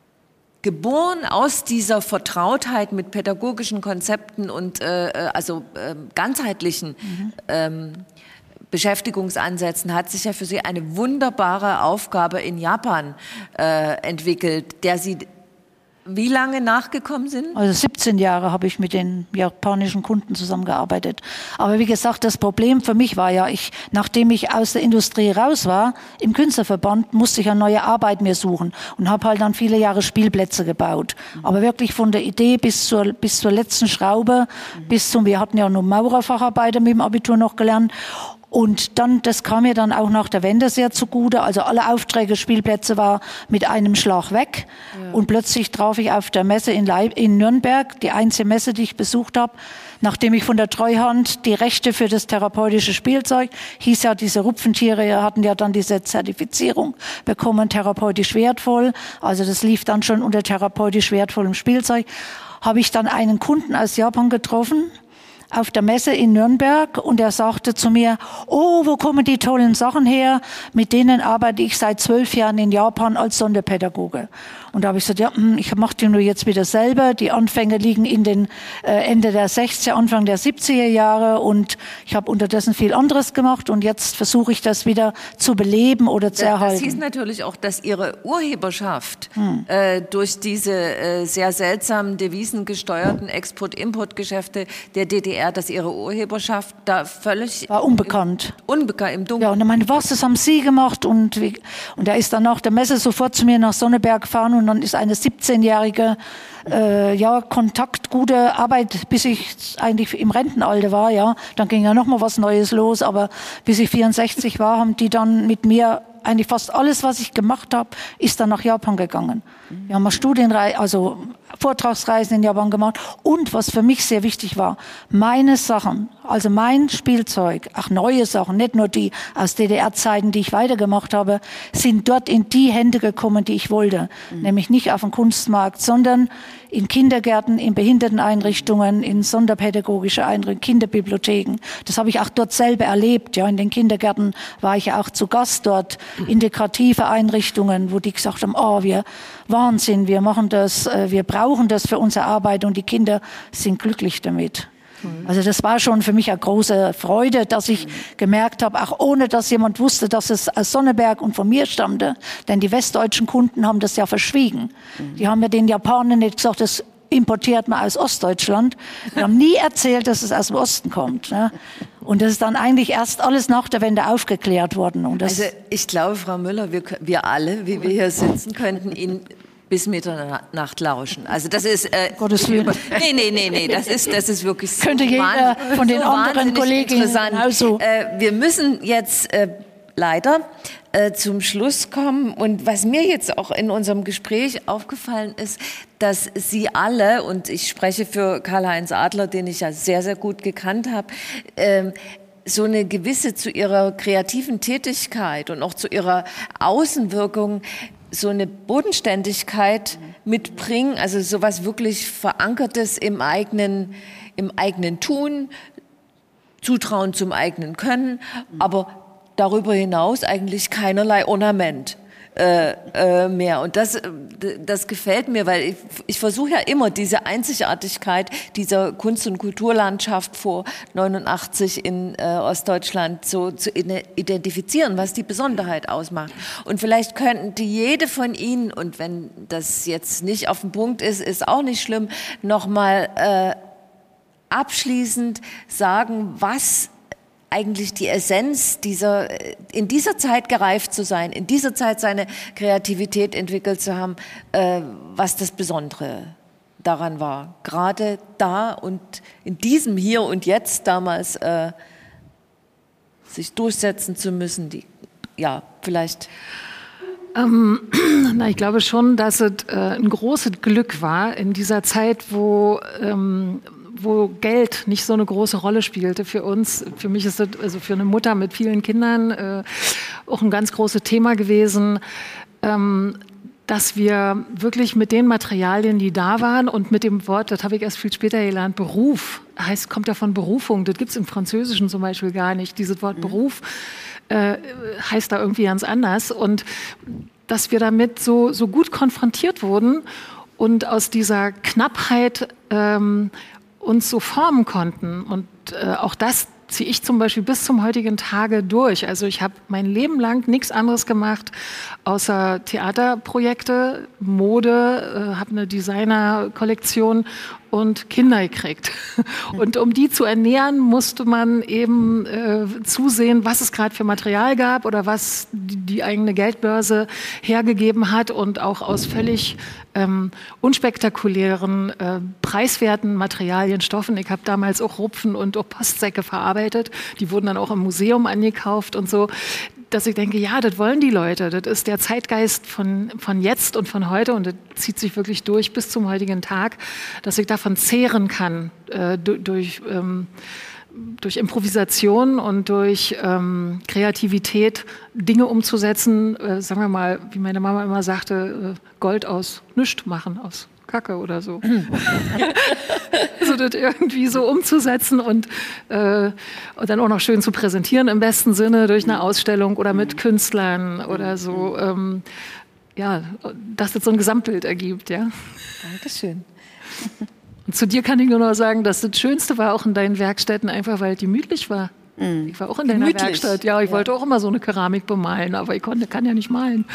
geboren aus dieser Vertrautheit mit pädagogischen Konzepten und äh, also äh, ganzheitlichen mhm. ähm, Beschäftigungsansätzen, hat sich ja für sie eine wunderbare Aufgabe in Japan äh, entwickelt, der sie wie lange nachgekommen sind? Also siebzehn Jahre habe ich mit den japanischen Kunden zusammengearbeitet. Aber wie gesagt, das Problem für mich war ja, ich, nachdem ich aus der Industrie raus war, im Künstlerverband, musste ich eine neue Arbeit mir suchen und habe halt dann viele Jahre Spielplätze gebaut. Mhm. Aber wirklich von der Idee bis zur, bis zur letzten Schraube, mhm. bis zum, wir hatten ja nur Maurerfacharbeiter mit dem Abitur noch gelernt. Und dann, das kam mir dann auch nach der Wende sehr zugute. Also alle Aufträge, Spielplätze war mit einem Schlag weg. Ja. Und plötzlich traf ich auf der Messe in, Leib in Nürnberg, die einzige Messe, die ich besucht habe, nachdem ich von der Treuhand die Rechte für das therapeutische Spielzeug, hieß ja, diese Rupfentiere hatten ja dann diese Zertifizierung bekommen, therapeutisch wertvoll. Also das lief dann schon unter therapeutisch wertvollem Spielzeug. Habe ich dann einen Kunden aus Japan getroffen, auf der Messe in Nürnberg, und er sagte zu mir, oh, wo kommen die tollen Sachen her? Mit denen arbeite ich seit zwölf Jahren in Japan als Sonderpädagoge. Und da habe ich gesagt, ja, ich mache die nur jetzt wieder selber. Die Anfänge liegen in den äh, Ende der sechziger, Anfang der siebziger Jahre, und ich habe unterdessen viel anderes gemacht, und jetzt versuche ich das wieder zu beleben oder zu das, erhalten. Das hieß natürlich auch, dass Ihre Urheberschaft hm. äh, durch diese äh, sehr seltsamen devisengesteuerten Export-Import-Geschäfte der D D R, dass Ihre Urheberschaft da völlig war unbekannt. Im, unbekannt im Dunkeln. Ja, und er meinte, was, das haben Sie gemacht? Und, wie, und er ist dann nach der Messe sofort zu mir nach Sonneberg gefahren, und dann ist eine siebzehnjährige äh, ja, Kontakt, gute Arbeit, bis ich eigentlich im Rentenalter war. Ja, dann ging ja noch mal was Neues los, aber bis ich vierundsechzig war, haben die dann mit mir eigentlich fast alles, was ich gemacht habe, ist dann nach Japan gegangen. Wir haben eine Studienreise, also Vortragsreisen in Japan gemacht. Und was für mich sehr wichtig war, meine Sachen, also mein Spielzeug, auch neue Sachen, nicht nur die aus D D R-Zeiten, die ich weitergemacht habe, sind dort in die Hände gekommen, die ich wollte. Mhm. Nämlich nicht auf dem Kunstmarkt, sondern in Kindergärten, in Behinderteneinrichtungen, in sonderpädagogische Einrichtungen, Kinderbibliotheken. Das habe ich auch dort selber erlebt. Ja, in den Kindergärten war ich ja auch zu Gast dort. Integrative Einrichtungen, wo die gesagt haben, oh, wir Wahnsinn, wir machen das, wir brauchen das für unsere Arbeit, und die Kinder sind glücklich damit. Also das war schon für mich eine große Freude, dass ich gemerkt habe, auch ohne dass jemand wusste, dass es aus Sonneberg und von mir stammte, denn die westdeutschen Kunden haben das ja verschwiegen. Die haben ja den Japanern nicht gesagt, das importiert man aus Ostdeutschland. Wir haben nie erzählt, dass es aus dem Osten kommt. Ne? Und das ist dann eigentlich erst alles nach der Wende aufgeklärt worden. Und das also ich glaube, Frau Müller, wir, wir alle, wie wir hier sitzen, könnten Ihnen bis Mitternacht lauschen. Also das ist äh, Gottes Willen. Nee, nee, nee, nee, das ist das ist wirklich so könnte jeder von den so anderen Kolleginnen also äh, wir müssen jetzt äh, leider äh, zum Schluss kommen. Und was mir jetzt auch in unserem Gespräch aufgefallen ist, dass Sie alle, und ich spreche für Karl-Heinz Adler, den ich ja sehr, sehr gut gekannt habe, äh, so eine gewisse zu Ihrer kreativen Tätigkeit und auch zu Ihrer Außenwirkung so eine Bodenständigkeit mitbringen, also sowas wirklich Verankertes im eigenen, im eigenen Tun, Zutrauen zum eigenen Können, aber darüber hinaus eigentlich keinerlei Ornament äh, äh, mehr. Und das, das gefällt mir, weil ich, ich versuche ja immer diese Einzigartigkeit dieser Kunst- und Kulturlandschaft vor neunundachtzig in äh, Ostdeutschland so zu identifizieren, was die Besonderheit ausmacht. Und vielleicht könnten die jede von Ihnen, und wenn das jetzt nicht auf den Punkt ist, ist auch nicht schlimm, nochmal äh, abschließend sagen, was eigentlich die Essenz dieser, in dieser Zeit gereift zu sein, in dieser Zeit seine Kreativität entwickelt zu haben, äh, was das Besondere daran war. Gerade da und in diesem Hier und Jetzt damals äh, sich durchsetzen zu müssen, die, ja, vielleicht... Ähm, na, ich glaube schon, dass es äh, ein großes Glück war in dieser Zeit, wo... Ähm, wo Geld nicht so eine große Rolle spielte für uns. Für mich ist das, also für eine Mutter mit vielen Kindern, äh, auch ein ganz großes Thema gewesen, ähm, dass wir wirklich mit den Materialien, die da waren und mit dem Wort, das habe ich erst viel später gelernt, Beruf, heißt, kommt ja von Berufung, das gibt es im Französischen zum Beispiel gar nicht. Dieses Wort mhm. Beruf äh, heißt da irgendwie ganz anders. Und dass wir damit so, so gut konfrontiert wurden und aus dieser Knappheit ähm, uns so formen konnten. Und äh, auch das ziehe ich zum Beispiel bis zum heutigen Tage durch. Also ich habe mein Leben lang nichts anderes gemacht, außer Theaterprojekte, Mode, äh, habe eine Designer-Kollektion und Kinder gekriegt. Und um die zu ernähren, musste man eben äh, zusehen, was es gerade für Material gab oder was die, die eigene Geldbörse hergegeben hat und auch aus völlig ähm, unspektakulären, äh, preiswerten Materialien, Stoffen. Ich habe damals auch Rupfen und auch Postsäcke verarbeitet. Die wurden dann auch im Museum angekauft und so. Dass ich denke, ja, das wollen die Leute. Das ist der Zeitgeist von, von jetzt und von heute und das zieht sich wirklich durch bis zum heutigen Tag, dass ich davon zehren kann, äh, durch, ähm, durch Improvisation und durch ähm, Kreativität Dinge umzusetzen, äh, sagen wir mal, wie meine Mama immer sagte, äh, Gold aus nichts machen, aus Kacke oder so. Also das irgendwie so umzusetzen und, äh, und dann auch noch schön zu präsentieren im besten Sinne durch eine Ausstellung oder mit Künstlern oder so. Ähm, ja, dass das so ein Gesamtbild ergibt, ja. Dankeschön. Und zu dir kann ich nur noch sagen, dass das Schönste war auch in deinen Werkstätten, einfach weil es gemütlich war. Mm. Ich war auch in deiner gemütlich. Werkstatt. Ja, ich ja. wollte auch immer so eine Keramik bemalen, aber ich konnte, kann ja nicht malen.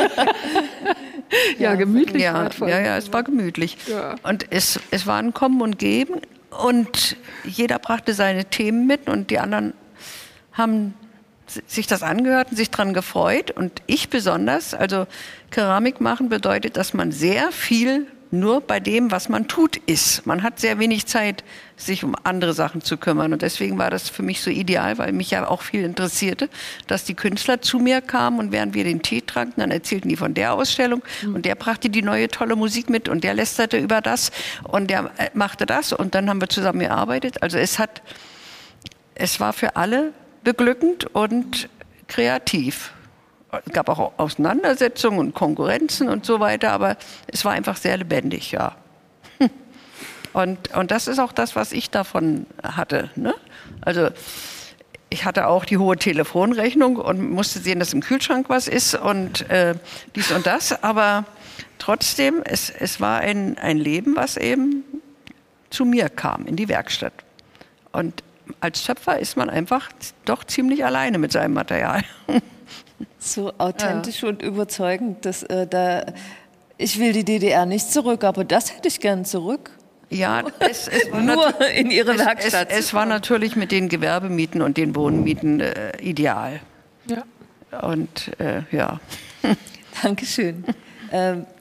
Ja, gemütlich ja, war es. Ja, ja, es war gemütlich. Ja. Und es, es war ein Kommen und Geben und jeder brachte seine Themen mit und die anderen haben sich das angehört und sich daran gefreut. Und ich besonders, also Keramik machen bedeutet, dass man sehr viel nur bei dem, was man tut, ist. Man hat sehr wenig Zeit, sich um andere Sachen zu kümmern. Und deswegen war das für mich so ideal, weil mich ja auch viel interessierte, dass die Künstler zu mir kamen und während wir den Tee tranken, dann erzählten die von der Ausstellung mhm. und der brachte die neue tolle Musik mit und der lästerte über das und der machte das und dann haben wir zusammen gearbeitet. Also es hat, es war für alle beglückend und kreativ. Es gab auch Auseinandersetzungen und Konkurrenzen und so weiter, aber es war einfach sehr lebendig, ja. Und, und das ist auch das, was ich davon hatte, ne? Also ich hatte auch die hohe Telefonrechnung und musste sehen, dass im Kühlschrank was ist und äh, dies und das, aber trotzdem, es, es war ein, ein Leben, was eben zu mir kam, in die Werkstatt. Und als Schöpfer ist man einfach doch ziemlich alleine mit seinem Material. So authentisch ja. und überzeugend, dass äh, da, ich will die D D R nicht zurück, aber das hätte ich gern zurück. Ja, es, es war nur in ihre es, Werkstatt. Es, es war natürlich mit den Gewerbemieten und den Wohnmieten äh, ideal. Ja. Und äh, ja. Dankeschön. ähm,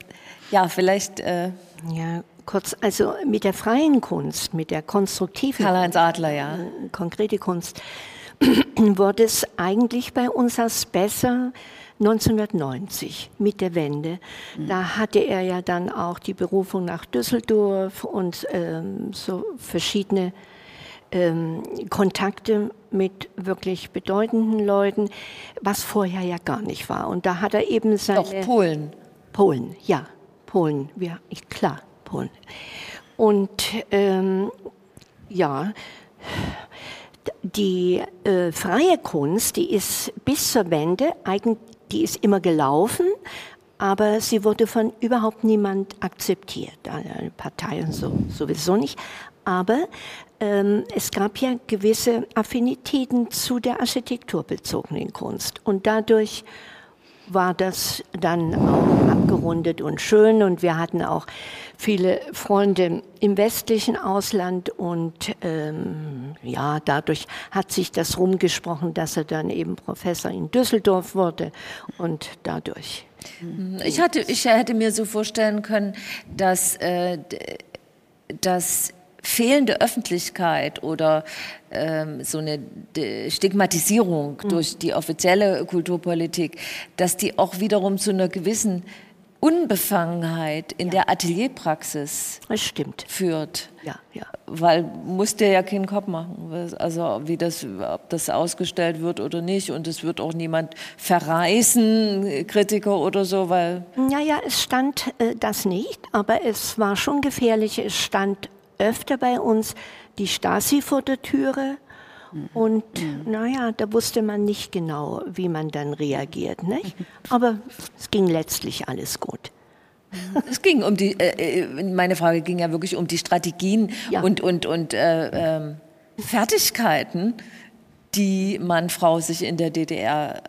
Ja, vielleicht... Äh ja, kurz, also mit der freien Kunst, mit der konstruktiven Karl-Heinz Adler, ja. Äh, konkrete Kunst, wurde es eigentlich bei uns erst besser neunzehnhundertneunzig mit der Wende. Mhm. Da hatte er ja dann auch die Berufung nach Düsseldorf und ähm, so verschiedene ähm, Kontakte mit wirklich bedeutenden Leuten, was vorher ja gar nicht war. Und da hat er eben seine... Doch, Polen. Polen, ja, Polen, ja, ich, klar, Polen. Und ähm, ja... Die äh, freie Kunst, die ist bis zur Wende, eigentlich, die ist immer gelaufen, aber sie wurde von überhaupt niemand akzeptiert. Eine Partei und so sowieso nicht. Aber ähm, es gab ja gewisse Affinitäten zu der architekturbezogenen Kunst. Und dadurch war das dann auch abgerundet und schön. Und wir hatten auch viele Freunde im westlichen Ausland. Und ähm, ja, dadurch hat sich das rumgesprochen, dass er dann eben Professor in Düsseldorf wurde. Und dadurch. Ich, hatte, ich hätte mir so vorstellen können, dass äh, das fehlende Öffentlichkeit oder ähm, so eine Stigmatisierung mhm. durch die offizielle Kulturpolitik, dass die auch wiederum zu einer gewissen Unbefangenheit in ja. der Atelierpraxis das stimmt. führt. Ja, ja. Weil musste ja keinen Kopf machen, also wie das, ob das ausgestellt wird oder nicht. Und es wird auch niemand verreißen, Kritiker oder so, weil... Naja, es stand äh, das nicht, aber es war schon gefährlich. Es stand öfter bei uns die Stasi vor der Türe und mhm. naja, da wusste man nicht genau, wie man dann reagiert, nicht? Aber es ging letztlich alles gut. Es ging um die, äh, meine Frage ging ja wirklich um die Strategien ja. und, und, und äh, äh, Fertigkeiten, die Mann, Frau sich in der D D R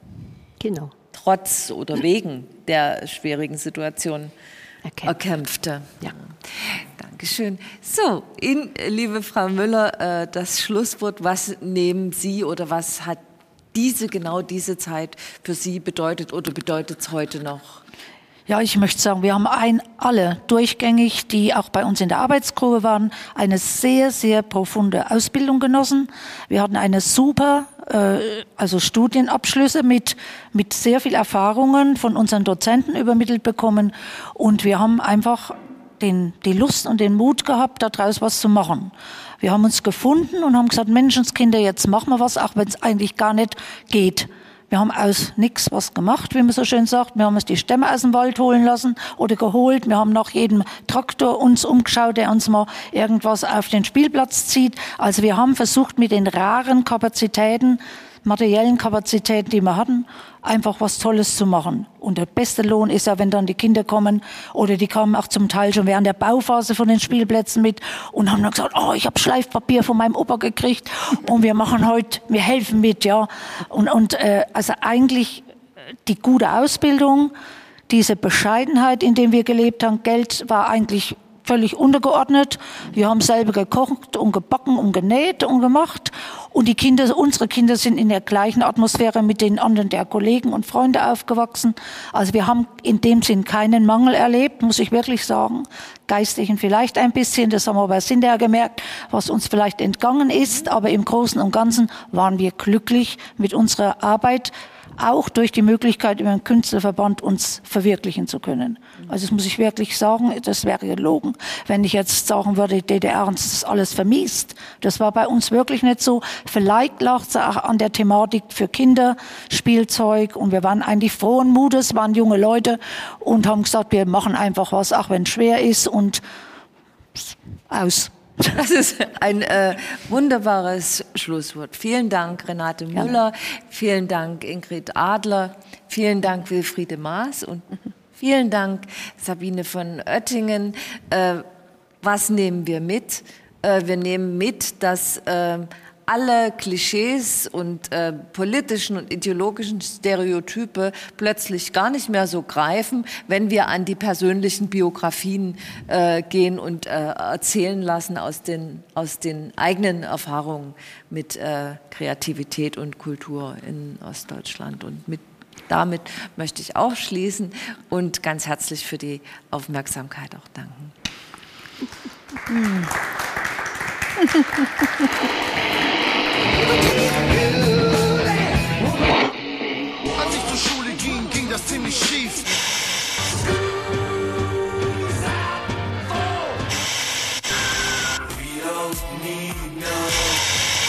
genau. trotz oder wegen der schwierigen Situation okay. erkämpfte. Ja. Dankeschön. So, Ihnen, liebe Frau Müller, äh, das Schlusswort. Was nehmen Sie oder was hat diese, genau diese Zeit für Sie bedeutet oder bedeutet es heute noch? Ja, ich möchte sagen, wir haben ein, alle durchgängig, die auch bei uns in der Arbeitsgruppe waren, eine sehr, sehr profunde Ausbildung genossen. Wir hatten eine super, äh, also Studienabschlüsse mit, mit sehr viel Erfahrungen von unseren Dozenten übermittelt bekommen. Und wir haben einfach den, die Lust und den Mut gehabt, daraus was zu machen. Wir haben uns gefunden und haben gesagt, Menschenskinder, jetzt machen wir was, auch wenn es eigentlich gar nicht geht. Wir haben aus nichts was gemacht, wie man so schön sagt. Wir haben uns die Stämme aus dem Wald holen lassen oder geholt. Wir haben nach jedem Traktor uns umgeschaut, der uns mal irgendwas auf den Spielplatz zieht. Also wir haben versucht, mit den raren Kapazitäten, materiellen Kapazitäten, die wir hatten, einfach was Tolles zu machen. Und der beste Lohn ist ja, wenn dann die Kinder kommen, oder die kamen auch zum Teil schon während der Bauphase von den Spielplätzen mit und haben dann gesagt, oh, ich habe Schleifpapier von meinem Opa gekriegt und wir machen heute, wir helfen mit, ja. Und, und äh, also eigentlich die gute Ausbildung, diese Bescheidenheit, in der wir gelebt haben, Geld war eigentlich völlig untergeordnet. Wir haben selber gekocht und gebacken und genäht und gemacht. Und die Kinder, unsere Kinder sind in der gleichen Atmosphäre mit den anderen der Kollegen und Freunde aufgewachsen. Also wir haben in dem Sinn keinen Mangel erlebt, muss ich wirklich sagen. Geistlichen vielleicht ein bisschen, das haben wir bei Sinter gemerkt, was uns vielleicht entgangen ist. Aber im Großen und Ganzen waren wir glücklich mit unserer Arbeit, auch durch die Möglichkeit, über den Künstlerverband uns verwirklichen zu können. Also das muss ich wirklich sagen, das wäre gelogen, wenn ich jetzt sagen würde, die D D R uns das alles vermiest. Das war bei uns wirklich nicht so. Vielleicht lag es auch an der Thematik für Kinder, Spielzeug, und wir waren eigentlich frohen Mutes, waren junge Leute und haben gesagt, wir machen einfach was, auch wenn es schwer ist, und aus. Das ist ein äh, wunderbares Schlusswort. Vielen Dank, Renate Müller. Vielen Dank, Ingrid Adler. Vielen Dank, Wilfriede Maas. Und vielen Dank, Sabine von Oettingen. Äh, was nehmen wir mit? Äh, wir nehmen mit, dass äh, alle Klischees und äh, politischen und ideologischen Stereotype plötzlich gar nicht mehr so greifen, wenn wir an die persönlichen Biografien äh, gehen und äh, erzählen lassen aus den, aus den eigenen Erfahrungen mit äh, Kreativität und Kultur in Ostdeutschland und mit damit möchte ich auch schließen und ganz herzlich für die Aufmerksamkeit auch danken. Als ich zur Schule ging, ging das ziemlich schief.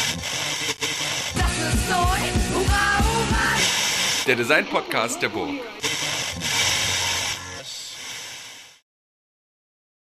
Der Design-Podcast der Burg.